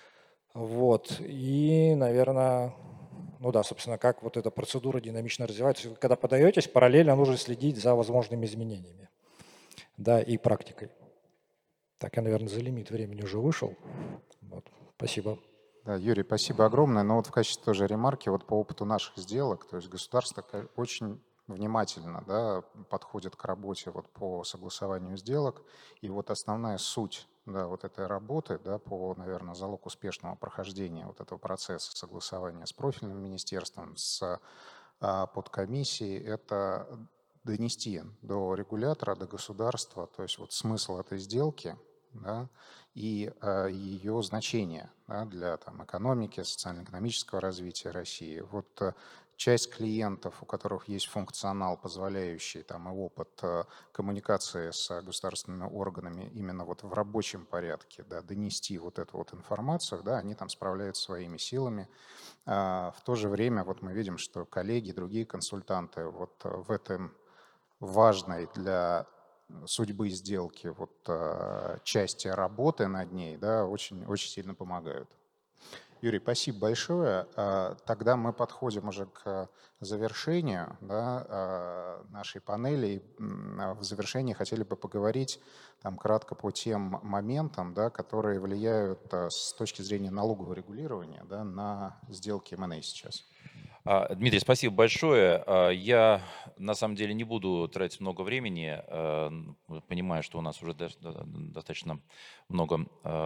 Вот. И, наверное, ну да, собственно, как вот эта процедура динамично развивается. Когда подаетесь, параллельно нужно следить за возможными изменениями, да, и практикой. Так, я, наверное, за лимит времени уже вышел. Вот. Спасибо. Да, Юрий, спасибо огромное. Но вот в качестве тоже ремарки, вот по опыту наших сделок, то есть государство очень внимательно, да, подходит к работе вот по согласованию сделок. И вот основная суть, да, вот этой работы, да, по, наверное, залог успешного прохождения вот этого процесса согласования с профильным министерством, с а, подкомиссией, это донести до регулятора, до государства, то есть вот смысл этой сделки, да, и а, ее значение, да, для там, экономики, социально-экономического развития России. Вот а, часть клиентов, у которых есть функционал, позволяющий там, и опыт а, коммуникации с государственными органами именно вот в рабочем порядке, да, донести вот эту вот информацию, да, они там справляются своими силами. А, в то же время вот мы видим, что коллеги, другие консультанты вот в этом важной для судьбы сделки вот, а, части работы над ней, да, очень, очень сильно помогают. Юрий, спасибо большое. А, тогда мы подходим уже к завершению, да, а, нашей панели. И в завершении хотели бы поговорить там, кратко по тем моментам, да, которые влияют а, с точки зрения налогового регулирования, да, на сделки эм энд эй сейчас. Дмитрий, спасибо большое. Я на самом деле не буду тратить много времени, понимаю, что у нас уже достаточно много,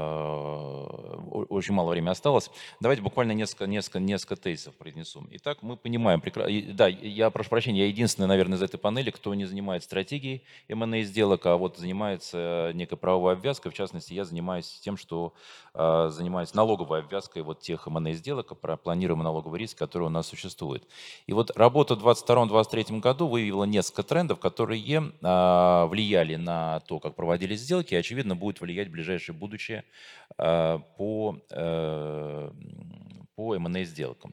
очень мало времени осталось. Давайте буквально несколько, несколько, несколько тезисов произнесу. Итак, мы понимаем, да, я прошу прощения, я единственный, наверное, из этой панели, кто не занимается стратегией эм энд эй сделок, а вот занимается некой правовой обвязкой. В частности, я занимаюсь тем, что занимаюсь налоговой обвязкой вот тех эм энд эй сделок, про планируемый налоговый риск, который у нас существует. существует. И вот работа в двадцать втором — двадцать третьем году выявила несколько трендов, которые а, влияли на то, как проводились сделки, и, очевидно, будут влиять в ближайшее будущее а, по, а, по эм энд эй-сделкам.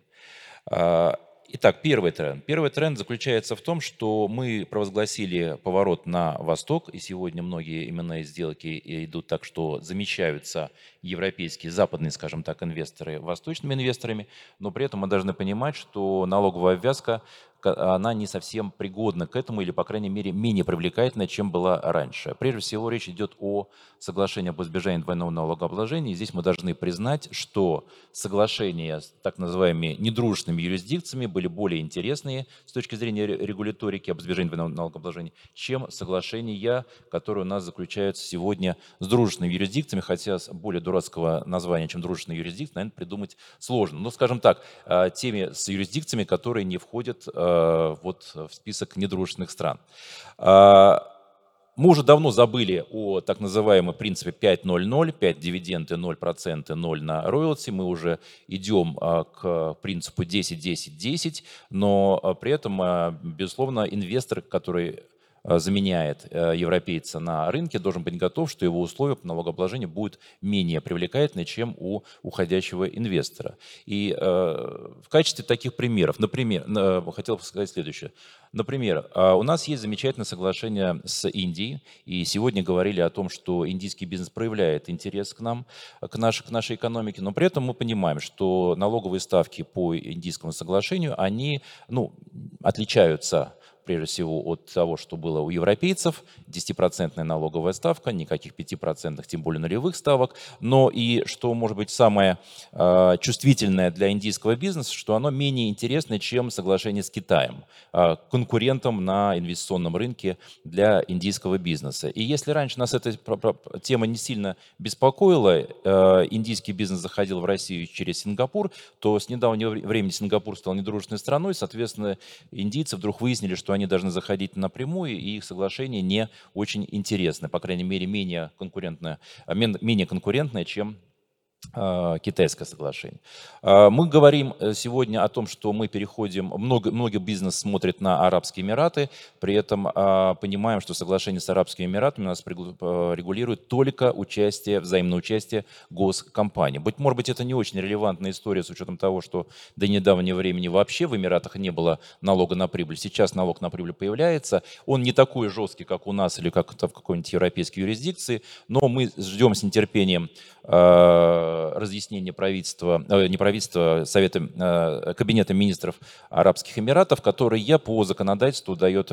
Итак, первый тренд. Первый тренд заключается в том, что мы провозгласили поворот на восток, и сегодня многие эм энд эй-сделки идут так, что замещаются европейские, западные, скажем так, инвесторы восточными инвесторами, но при этом мы должны понимать, что налоговая обвязка, она не совсем пригодна к этому, или, по крайней мере, менее привлекательна, чем была раньше. Прежде всего, речь идет о соглашении об избежании двойного налогообложения. И здесь мы должны признать, что соглашения с так называемыми недружественными юрисдикциями были более интересные с точки зрения регуляторики об избежании двойного налогообложения, чем соглашения, которые у нас заключаются сегодня с дружественными юрисдикциями, хотя с более дурацкого названия, чем дружественные юрисдикции, наверное, придумать сложно. Но, скажем так, теми с юрисдикциями, которые не входят вот в список недружественных стран. Мы уже давно забыли о так называемом принципе пять ноль ноль, пять дивиденды, ноль процентов, ноль на роялти. Мы уже идем к принципу десять десять десять, но при этом, безусловно, инвестор, который заменяет европейца на рынке, должен быть готов, что его условия по налогообложению будут менее привлекательны, чем у уходящего инвестора. И э, в качестве таких примеров, например, э, хотел бы сказать следующее. Например, э, у нас есть замечательное соглашение с Индией, и сегодня говорили о том, что индийский бизнес проявляет интерес к нам, к нашей, к нашей экономике, но при этом мы понимаем, что налоговые ставки по индийскому соглашению, они ну, отличаются прежде всего от того, что было у европейцев, десятипроцентная налоговая ставка, никаких пяти процентов, тем более нулевых ставок, но и, что может быть самое э, чувствительное для индийского бизнеса, что оно менее интересное, чем соглашение с Китаем, э, конкурентом на инвестиционном рынке для индийского бизнеса. И если раньше нас эта тема не сильно беспокоила, э, индийский бизнес заходил в Россию через Сингапур, то с недавнего времени Сингапур стал недружественной страной, соответственно, индийцы вдруг выяснили, что они должны заходить напрямую, и их соглашение не очень интересно, по крайней мере, менее конкурентное, менее конкурентное, чем китайское соглашение. Мы говорим сегодня о том, что мы переходим, много, много бизнес смотрит на Арабские Эмираты, при этом понимаем, что соглашение с Арабскими Эмиратами у нас регулирует только участие, взаимное участие госкомпаний. Быть может быть, это не очень релевантная история с учетом того, что до недавнего времени вообще в Эмиратах не было налога на прибыль. Сейчас налог на прибыль появляется. Он не такой жесткий, как у нас или как в какой-нибудь европейской юрисдикции, но мы ждем с нетерпением разъяснение правительства, не правительства, Совета, Кабинета министров Арабских Эмиратов, которые по законодательству дает,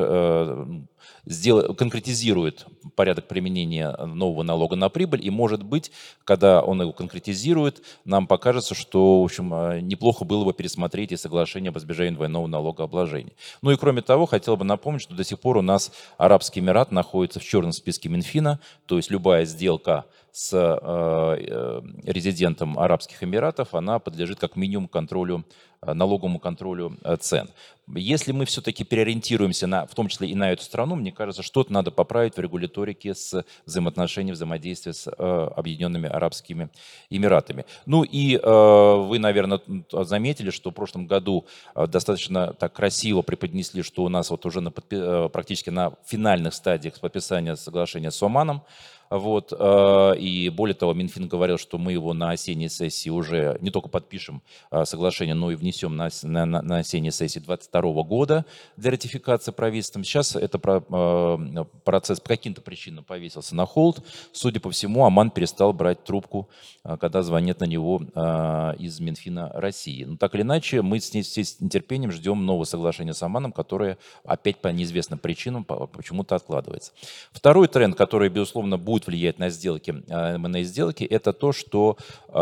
сдел, конкретизирует порядок применения нового налога на прибыль. И, может быть, когда он его конкретизирует, нам покажется, что, в общем, неплохо было бы пересмотреть и соглашение об избежании двойного налогообложения. Ну и, кроме того, хотел бы напомнить, что до сих пор у нас Арабский Эмират находится в черном списке Минфина, то есть любая сделка с э, резидентом Арабских Эмиратов, она подлежит как минимум контролю, налоговому контролю цен. Если мы все-таки переориентируемся, на, в том числе и на эту страну, мне кажется, что-то надо поправить в регуляторике с взаимоотношений, взаимодействия с э, Объединенными Арабскими Эмиратами. Ну и э, вы, наверное, заметили, что в прошлом году э, достаточно так красиво преподнесли, что у нас вот уже на подпи- э, практически на финальных стадиях подписания соглашения с Оманом. Вот, и более того, Минфин говорил, что мы его на осенней сессии уже не только подпишем соглашение, но и внесем на, на, на осенней сессии двадцать второго года для ратификации правительством. Сейчас это процесс по каким-то причинам повесился на холд. Судя по всему, Оман перестал брать трубку, когда звонят на него из Минфина России. Но так или иначе, мы с, с нетерпением ждем нового соглашения с Оманом, которое опять по неизвестным причинам почему-то откладывается. Второй тренд, который, безусловно, будет влиять на сделки, эм энд эй-сделки, это то, что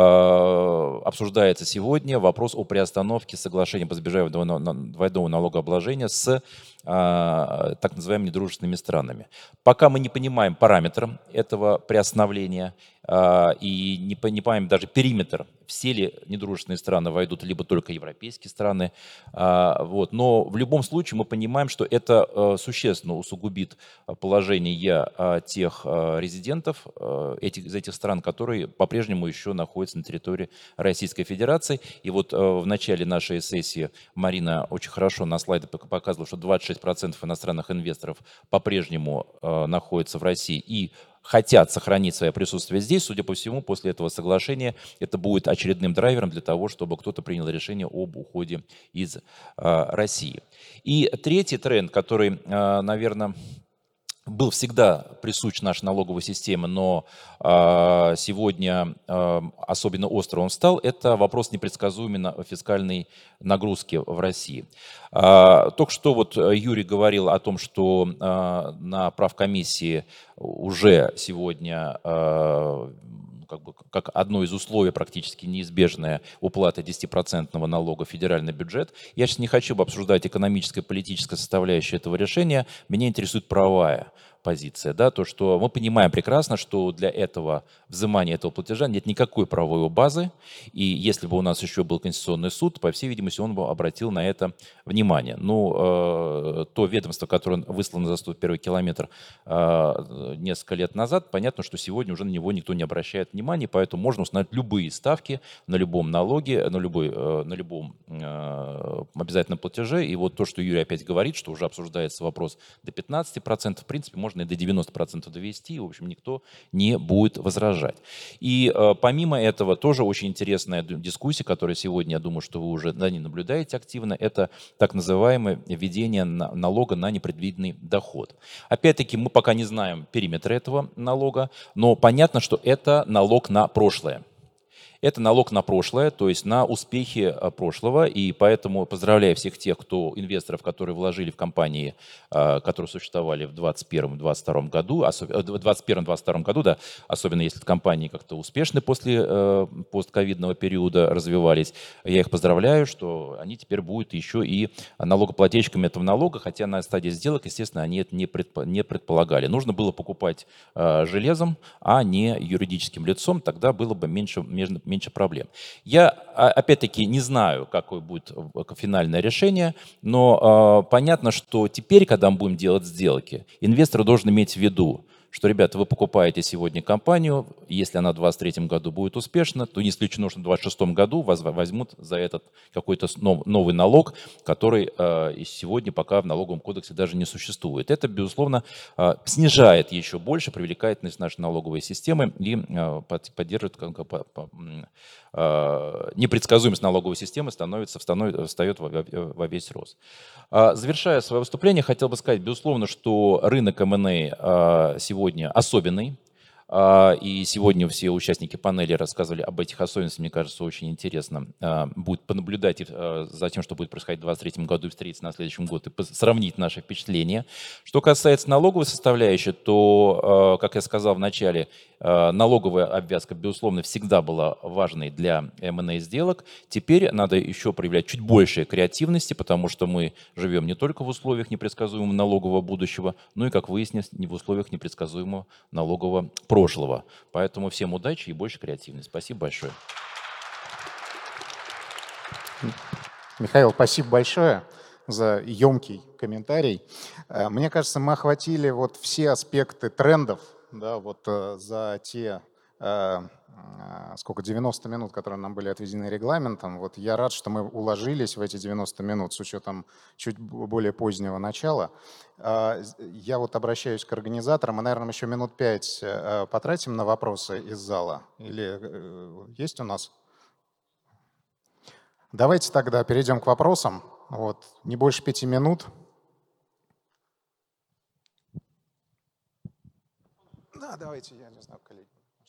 э, обсуждается сегодня вопрос о приостановке соглашения по избежанию двойного налогообложения с э, так называемыми недружественными странами. Пока мы не понимаем параметров этого приостановления, и не понимаем даже периметр, все ли недружественные страны войдут, либо только европейские страны. Вот. Но в любом случае мы понимаем, что это существенно усугубит положение тех резидентов этих, из этих стран, которые по-прежнему еще находятся на территории Российской Федерации. И вот в начале нашей сессии Марина очень хорошо на слайдах показывала, что двадцать шесть процентов иностранных инвесторов по-прежнему находятся в России и хотят сохранить свое присутствие здесь. Судя по всему, после этого соглашения это будет очередным драйвером для того, чтобы кто-то принял решение об уходе из э, России. И третий тренд, который, э, наверное, был всегда присущ нашей налоговой системе, но э, сегодня э, особенно остро он стал, это вопрос непредсказуемой фискальной нагрузки в России. Э, только что вот Юрий говорил о том, что э, на правкомиссии уже сегодня э, как бы, как одно из условий практически неизбежная уплата десятипроцентного налога в федеральный бюджет. Я сейчас не хочу бы обсуждать экономическое, политическое составляющее этого решения. Меня интересует правовая позиция, да, то, что мы понимаем прекрасно, что для этого взимания этого платежа нет никакой правовой базы, и если бы у нас еще был Конституционный суд, по всей видимости, он бы обратил на это внимание. Ну, э, то ведомство, которое выслано за сто первый километр э, несколько лет назад, понятно, что сегодня уже на него никто не обращает внимания, поэтому можно установить любые ставки на любом налоге, на, любой, э, на любом э, обязательном платеже, и вот то, что Юрий опять говорит, что уже обсуждается вопрос до пятнадцати процентов, в принципе, можно можно и до девяноста процентов довести, в общем, никто не будет возражать. И э, помимо этого, тоже очень интересная дискуссия, которая сегодня, я думаю, что вы уже на ней наблюдаете активно, это так называемое введение на, налога на непредвиденный доход. Опять-таки, мы пока не знаем периметра этого налога, но понятно, что это налог на прошлое. Это налог на прошлое, то есть на успехи прошлого, и поэтому поздравляю всех тех, кто инвесторов, которые вложили в компании, которые существовали в двадцать первом — двадцать втором году, в двадцать первом — двадцать втором году, да, особенно если компании как-то успешны после постковидного периода развивались. Я их поздравляю, что они теперь будут еще и налогоплательщиками этого налога, хотя на стадии сделок, естественно, они это не предполагали. Нужно было покупать железом, а не юридическим лицом, тогда было бы меньше между меньше проблем. Я, опять-таки, не знаю, какое будет финальное решение, но э, понятно, что теперь, когда мы будем делать сделки, инвестор должен иметь в виду, что, ребята, вы покупаете сегодня компанию, если она в двадцать третьем году будет успешна, то не исключено, что в двадцать шестом году вас возьмут за этот какой-то новый налог, который э, сегодня пока в налоговом кодексе даже не существует. Это, безусловно, э, снижает еще больше привлекательность нашей налоговой системы и э, поддерживает как, по, по, э, непредсказуемость налоговой системы становится, встает во, во весь рост. Э, завершая свое выступление, хотел бы сказать, безусловно, что рынок эм энд эй э, сегодня сегодня особенный, и сегодня все участники панели рассказывали об этих особенностях. Мне кажется, очень интересно будет понаблюдать за тем, что будет происходить в двадцать третьем году и встретиться на следующем году, и сравнить наши впечатления. Что касается налоговой составляющей, то, как я сказал в начале, налоговая обвязка, безусловно, всегда была важной для эм энд эй сделок. Теперь надо еще проявлять чуть больше креативности, потому что мы живем не только в условиях непредсказуемого налогового будущего, но и, как выяснилось, не в условиях непредсказуемого налогового прошлого. Поэтому всем удачи и больше креативности. Спасибо большое. Михаил, спасибо большое за емкий комментарий. Мне кажется, мы охватили вот все аспекты трендов, да, вот за те сколько, девяносто минут, которые нам были отведены регламентом. Вот я рад, что мы уложились в эти девяносто минут с учетом чуть более позднего начала. Я вот обращаюсь к организаторам. Мы, наверное, еще минут пять потратим на вопросы из зала. Или есть у нас? Давайте тогда перейдем к вопросам. Вот, не больше пяти минут. Да, давайте, я не знаю, коллеги.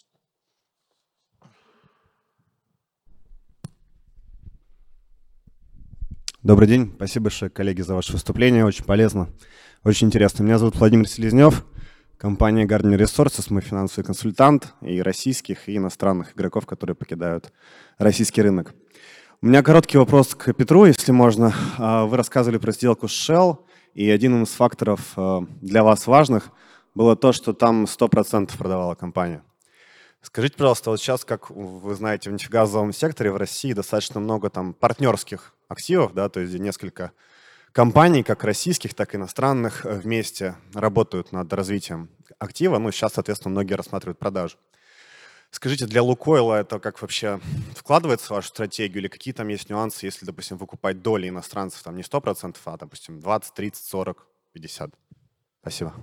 Добрый день. Спасибо большое, коллеги, за ваше выступление. Очень полезно, очень интересно. Меня зовут Владимир Селезнев. Компания Gardner Resources. Мы финансовый консультант и российских, и иностранных игроков, которые покидают российский рынок. У меня короткий вопрос к Петру, если можно. Вы рассказывали про сделку с Shell, и один из факторов для вас важных было то, что там сто процентов продавала компания. Скажите, пожалуйста, вот сейчас, как вы знаете, в нефтегазовом секторе в России достаточно много там партнерских активов, да, то есть несколько компаний, как российских, так и иностранных, вместе работают над развитием актива. Ну, сейчас, соответственно, многие рассматривают продажу. Скажите, для Лукойла это как вообще вкладывается в вашу стратегию или какие там есть нюансы, если, допустим, выкупать доли иностранцев, там не сто процентов, а, допустим, двадцать, тридцать, сорок, пятьдесят? Спасибо.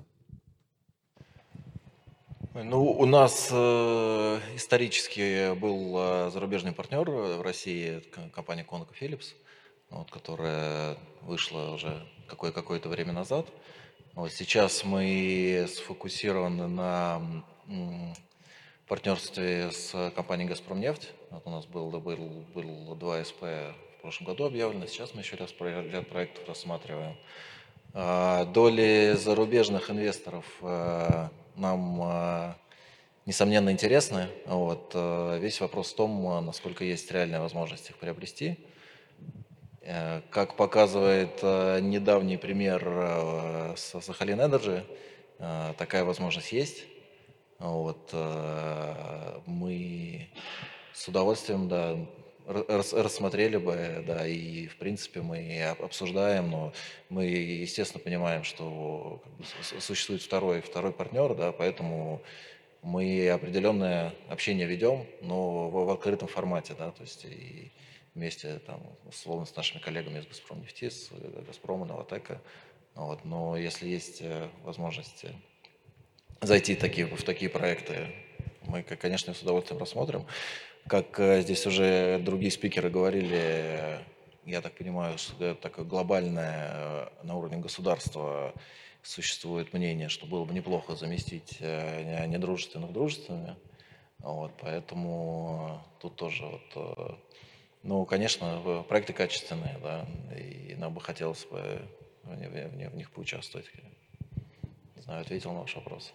Ну, у нас э, исторически был э, зарубежный партнер в России, компания ConocoPhillips, вот, которая вышла уже какое- какое-то время назад. Вот сейчас мы сфокусированы на м, партнерстве с компанией «Газпромнефть». Вот у нас был, был, был два СП в прошлом году объявлено, сейчас мы еще раз ряд проектов рассматриваем. А, доли зарубежных инвесторов а, нам, а, несомненно, интересны. Вот. а, Весь вопрос в том, а, насколько есть реальная возможность их приобрести. Э, Как показывает а, недавний пример а, с Сахалин Энерджи, а, такая возможность есть. Вот. а, Мы с удовольствием, да, ра- рас- рассмотрели бы, да, и в принципе мы и об- обсуждаем, но мы, естественно, понимаем, что как бы, с- существует второй, второй партнер, да, поэтому мы определенное общение ведем, но в, в открытом формате, да, то есть и вместе, там, условно, с нашими коллегами из «Газпромнефти», с э, «Газпрома», «Новатэка», вот, но если есть э, возможность э, зайти такие, в такие проекты, мы, к- конечно, с удовольствием рассмотрим. Как э, здесь уже другие спикеры говорили, э, я так понимаю, что это такое глобальное э, на уровне государства существует мнение, что было бы неплохо заместить э, не- недружественных дружественными. Вот, поэтому тут тоже вот, э, ну, конечно, в- проекты качественные, да, и нам бы хотелось бы в, не- в не- в них поучаствовать. Не знаю, ответил на ваш вопрос.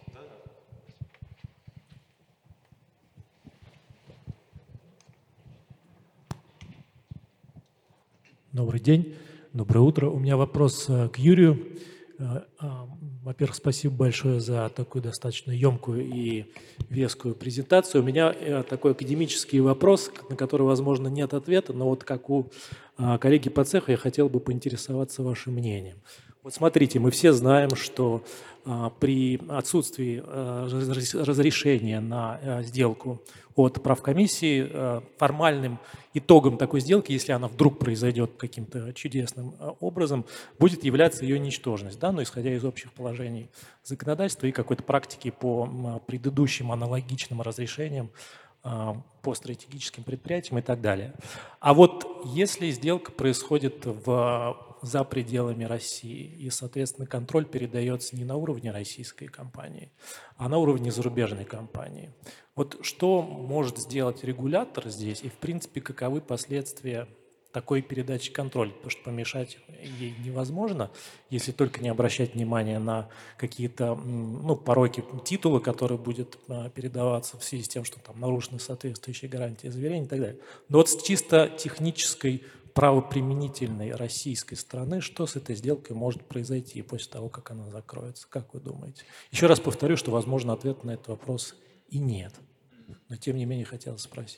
Добрый день, доброе утро. У меня вопрос э, к Юрию. Э, а, Во-первых, спасибо большое за такую достаточно емкую и вескую презентацию. У меня э, такой академический вопрос, на который, возможно, нет ответа, но вот как у а, коллеги по цеху я хотел бы поинтересоваться вашим мнением. Вот смотрите, мы все знаем, что а, при отсутствии а, разреш- разрешения на а, сделку от правкомиссии а, формальным итогом такой сделки, если она вдруг произойдет каким-то чудесным а, образом, будет являться ее ничтожность, да, но исходя из общих положений законодательства и какой-то практики по м, предыдущим аналогичным разрешениям а, по стратегическим предприятиям и так далее. А вот если сделка происходит в, за пределами России, и, соответственно, контроль передается не на уровне российской компании, а на уровне зарубежной компании, вот что может сделать регулятор здесь и, в принципе, каковы последствия такой передачи контроля? Потому что помешать ей невозможно, если только не обращать внимания на какие-то м, ну, пороки титула, который будет а, передаваться в связи с тем, что там нарушены соответствующие гарантии заверения и так далее. Но вот с чисто технической, правоприменительной российской стороны, что с этой сделкой может произойти после того, как она закроется? Как вы думаете? Еще раз повторю, что, возможно, ответ на этот вопрос и нет. Но, тем не менее, хотел спросить.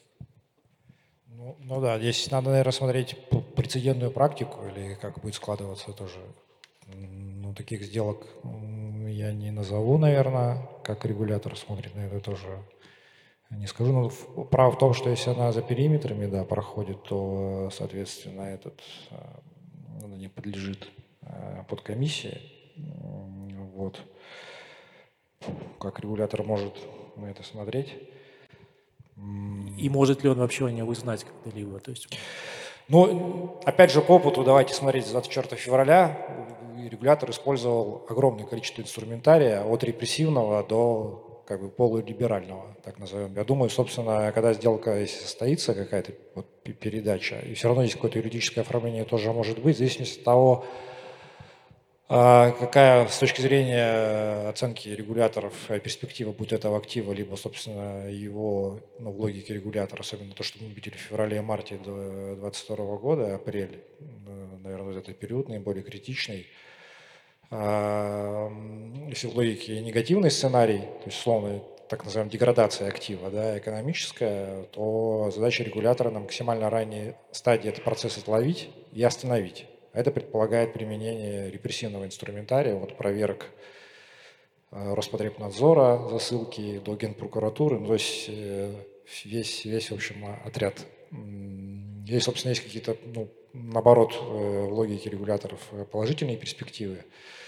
Ну, ну да, здесь надо, наверное, смотреть п- прецедентную практику или как будет складываться тоже. М, Ну, таких сделок м, я не назову, наверное, как регулятор смотрит на это тоже. Не скажу, но в- право в том, что если она за периметрами, да, проходит, то, соответственно, этот а, она не подлежит а, под комиссии. М, Вот. Как регулятор может на это смотреть? И может ли он вообще не узнать когда-либо? То есть... Ну, опять же, по опыту, давайте смотреть с двадцать четвёртого февраля. Регулятор использовал огромное количество инструментария от репрессивного до как бы полулиберального, так назовем. Я думаю, собственно, когда сделка, если состоится, какая-то вот пе- передача, и все равно здесь какое-то юридическое оформление тоже может быть, в зависимости от того, а какая с точки зрения оценки регуляторов э, перспектива будет этого актива, либо, собственно, его, ну, в логике регулятора, особенно то, что мы видели в феврале-марте две тысячи двадцать второго года, апрель, э, наверное, вот этот период наиболее критичный. А, м, Если в логике негативный сценарий, то есть, условно, так называемая деградация актива, да, экономическая, то задача регулятора на максимально ранней стадии этот процесс отловить и остановить. Это предполагает применение репрессивного инструментария, вот проверок Роспотребнадзора, засылки до Генпрокуратуры, ну, то есть весь, весь, в общем, отряд. Здесь, собственно, есть какие-то, ну, наоборот, в логике регуляторов положительные перспективы.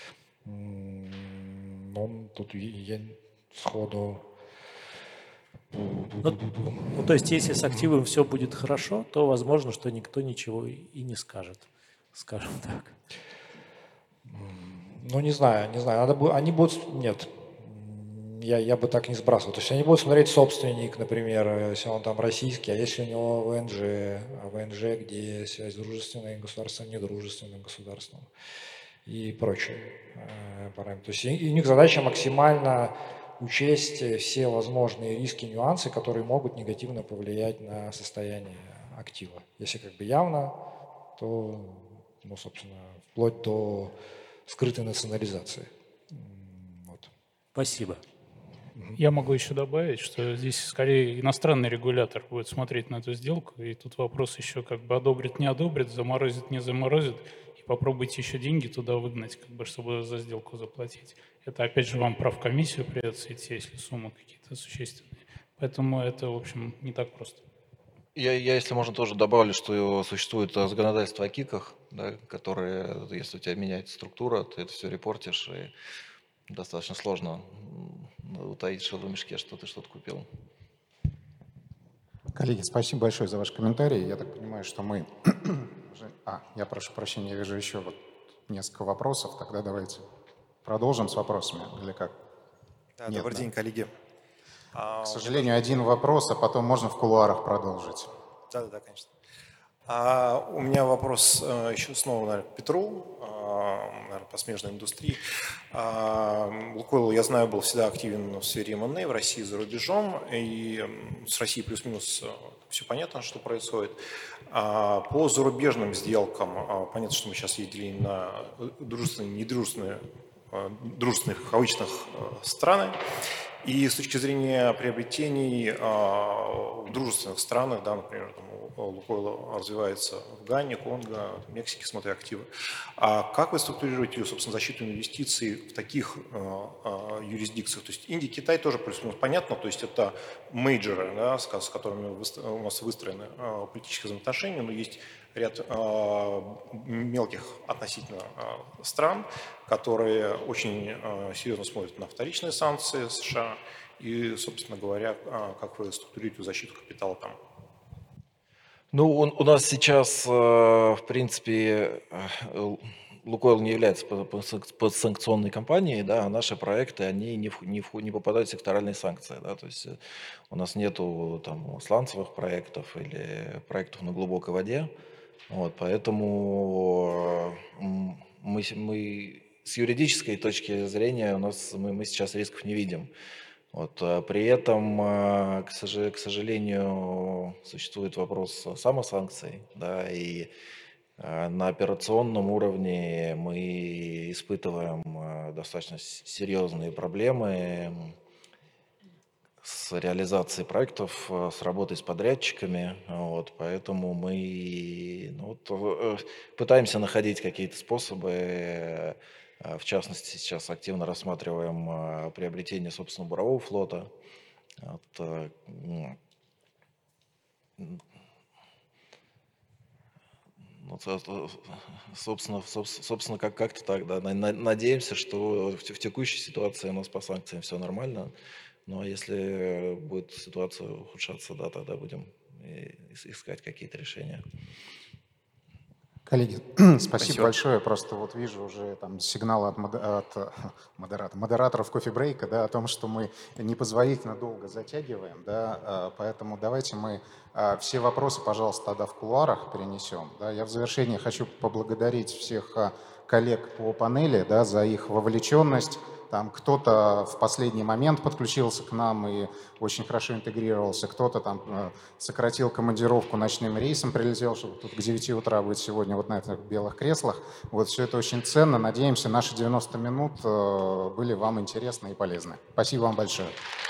Но тут я сходу... Ну, ну, то есть, если с активом все будет хорошо, то возможно, что никто ничего и не скажет, скажем так. Ну, не знаю, не знаю. Надо будет, они будут... Нет, я, я бы так не сбрасывал. То есть они будут смотреть собственник, например, если он там российский, а если у него ВНЖ, а ВНЖ, где связь с дружественным государством, недружественным государством и прочие э, параметры. То есть и, и у них задача максимально учесть все возможные риски, нюансы, которые могут негативно повлиять на состояние актива. Если как бы явно, то, ну, собственно, вплоть до скрытой национализации. Вот. Спасибо. Я могу еще добавить, что здесь скорее иностранный регулятор будет смотреть на эту сделку, и тут вопрос еще как бы одобрит, не одобрит, заморозит, не заморозит, и попробуйте еще деньги туда выгнать, как бы, чтобы за сделку заплатить. Это опять же вам правкомиссию придется идти, если суммы какие-то существенные. Поэтому это, в общем, не так просто. Я, я, если можно, тоже добавлю, что существует законодательство о КИКах, да, которые, если у тебя меняется структура, ты это все репортишь, и достаточно сложно утаить шило в мешке, что ты что-то купил. Коллеги, спасибо большое за ваш комментарий. Я так понимаю, что мы... А, я прошу прощения, я вижу еще вот несколько вопросов. Тогда давайте продолжим с вопросами или как? Да, Нет, добрый да? день, коллеги. К сожалению, один вопрос, а потом можно в кулуарах продолжить. Да, да, да, конечно. А, у меня вопрос а, еще снова, наверное, к Петру, а, наверное, по смежной индустрии. А, Лукойл, я знаю, был всегда активен в сфере эм энд эй в России, за рубежом, и с Россией плюс-минус все понятно, что происходит. А, по зарубежным сделкам, а, понятно, что мы сейчас ездили на дружественные, недружественные, дружественных, кавычных страны. И с точки зрения приобретений в дружественных странах, да, например, там, Лукойл развивается в Гане, Конго, Мексике, смотря активы. А как вы структурируете, собственно, защиту инвестиций в таких э, юрисдикциях? То есть Индия, Китай тоже плюс-минус понятно, то есть это мейджоры, да, с, с которыми у нас выстроены э, политические взаимоотношения, но есть ряд э, мелких относительно э, стран, которые очень э, серьезно смотрят на вторичные санкции США и, собственно говоря, э, как вы структурируете защиту капитала там? Ну, он, у нас сейчас, э, в принципе, э, Лукойл не является подсанкционной компанией, да, а наши проекты, они не, в, не, в, не попадают в секторальные санкции, да, то есть у нас нету там сланцевых проектов или проектов на глубокой воде, вот, поэтому мы, мы с юридической точки зрения у нас мы, мы сейчас рисков не видим. Вот, при этом, к сожалению, существует вопрос самосанкций, да, и на операционном уровне мы испытываем достаточно серьезные проблемы с реализацией проектов, с работой с подрядчиками, вот, поэтому мы ну, вот, пытаемся находить какие-то способы. В частности, сейчас активно рассматриваем приобретение собственного бурового флота. Вот, ну, собственно, собственно как- как-то так, да. На- на- Надеемся, что в те- в текущей ситуации у нас по санкциям все нормально. Но если будет ситуация ухудшаться, да, тогда будем и- искать какие-то решения. Коллеги, спасибо, Спасибо. большое. Просто вот вижу уже там сигналы от, мод- от э, модератора- модераторов кофе-брейка, да, о том, что мы непозволительно долго затягиваем, да, э, поэтому давайте мы э, все вопросы, пожалуйста, тогда в кулуарах перенесем. Да. Я в завершение хочу поблагодарить всех э, коллег по панели, да, за их вовлеченность. Там кто-то в последний момент подключился к нам и очень хорошо интегрировался, кто-то там э, сократил командировку ночным рейсом, прилетел, чтобы тут к девяти утра быть сегодня вот на этих белых креслах. Вот все это очень ценно. Надеемся, наши девяносто минут э, были вам интересны и полезны. Спасибо вам большое.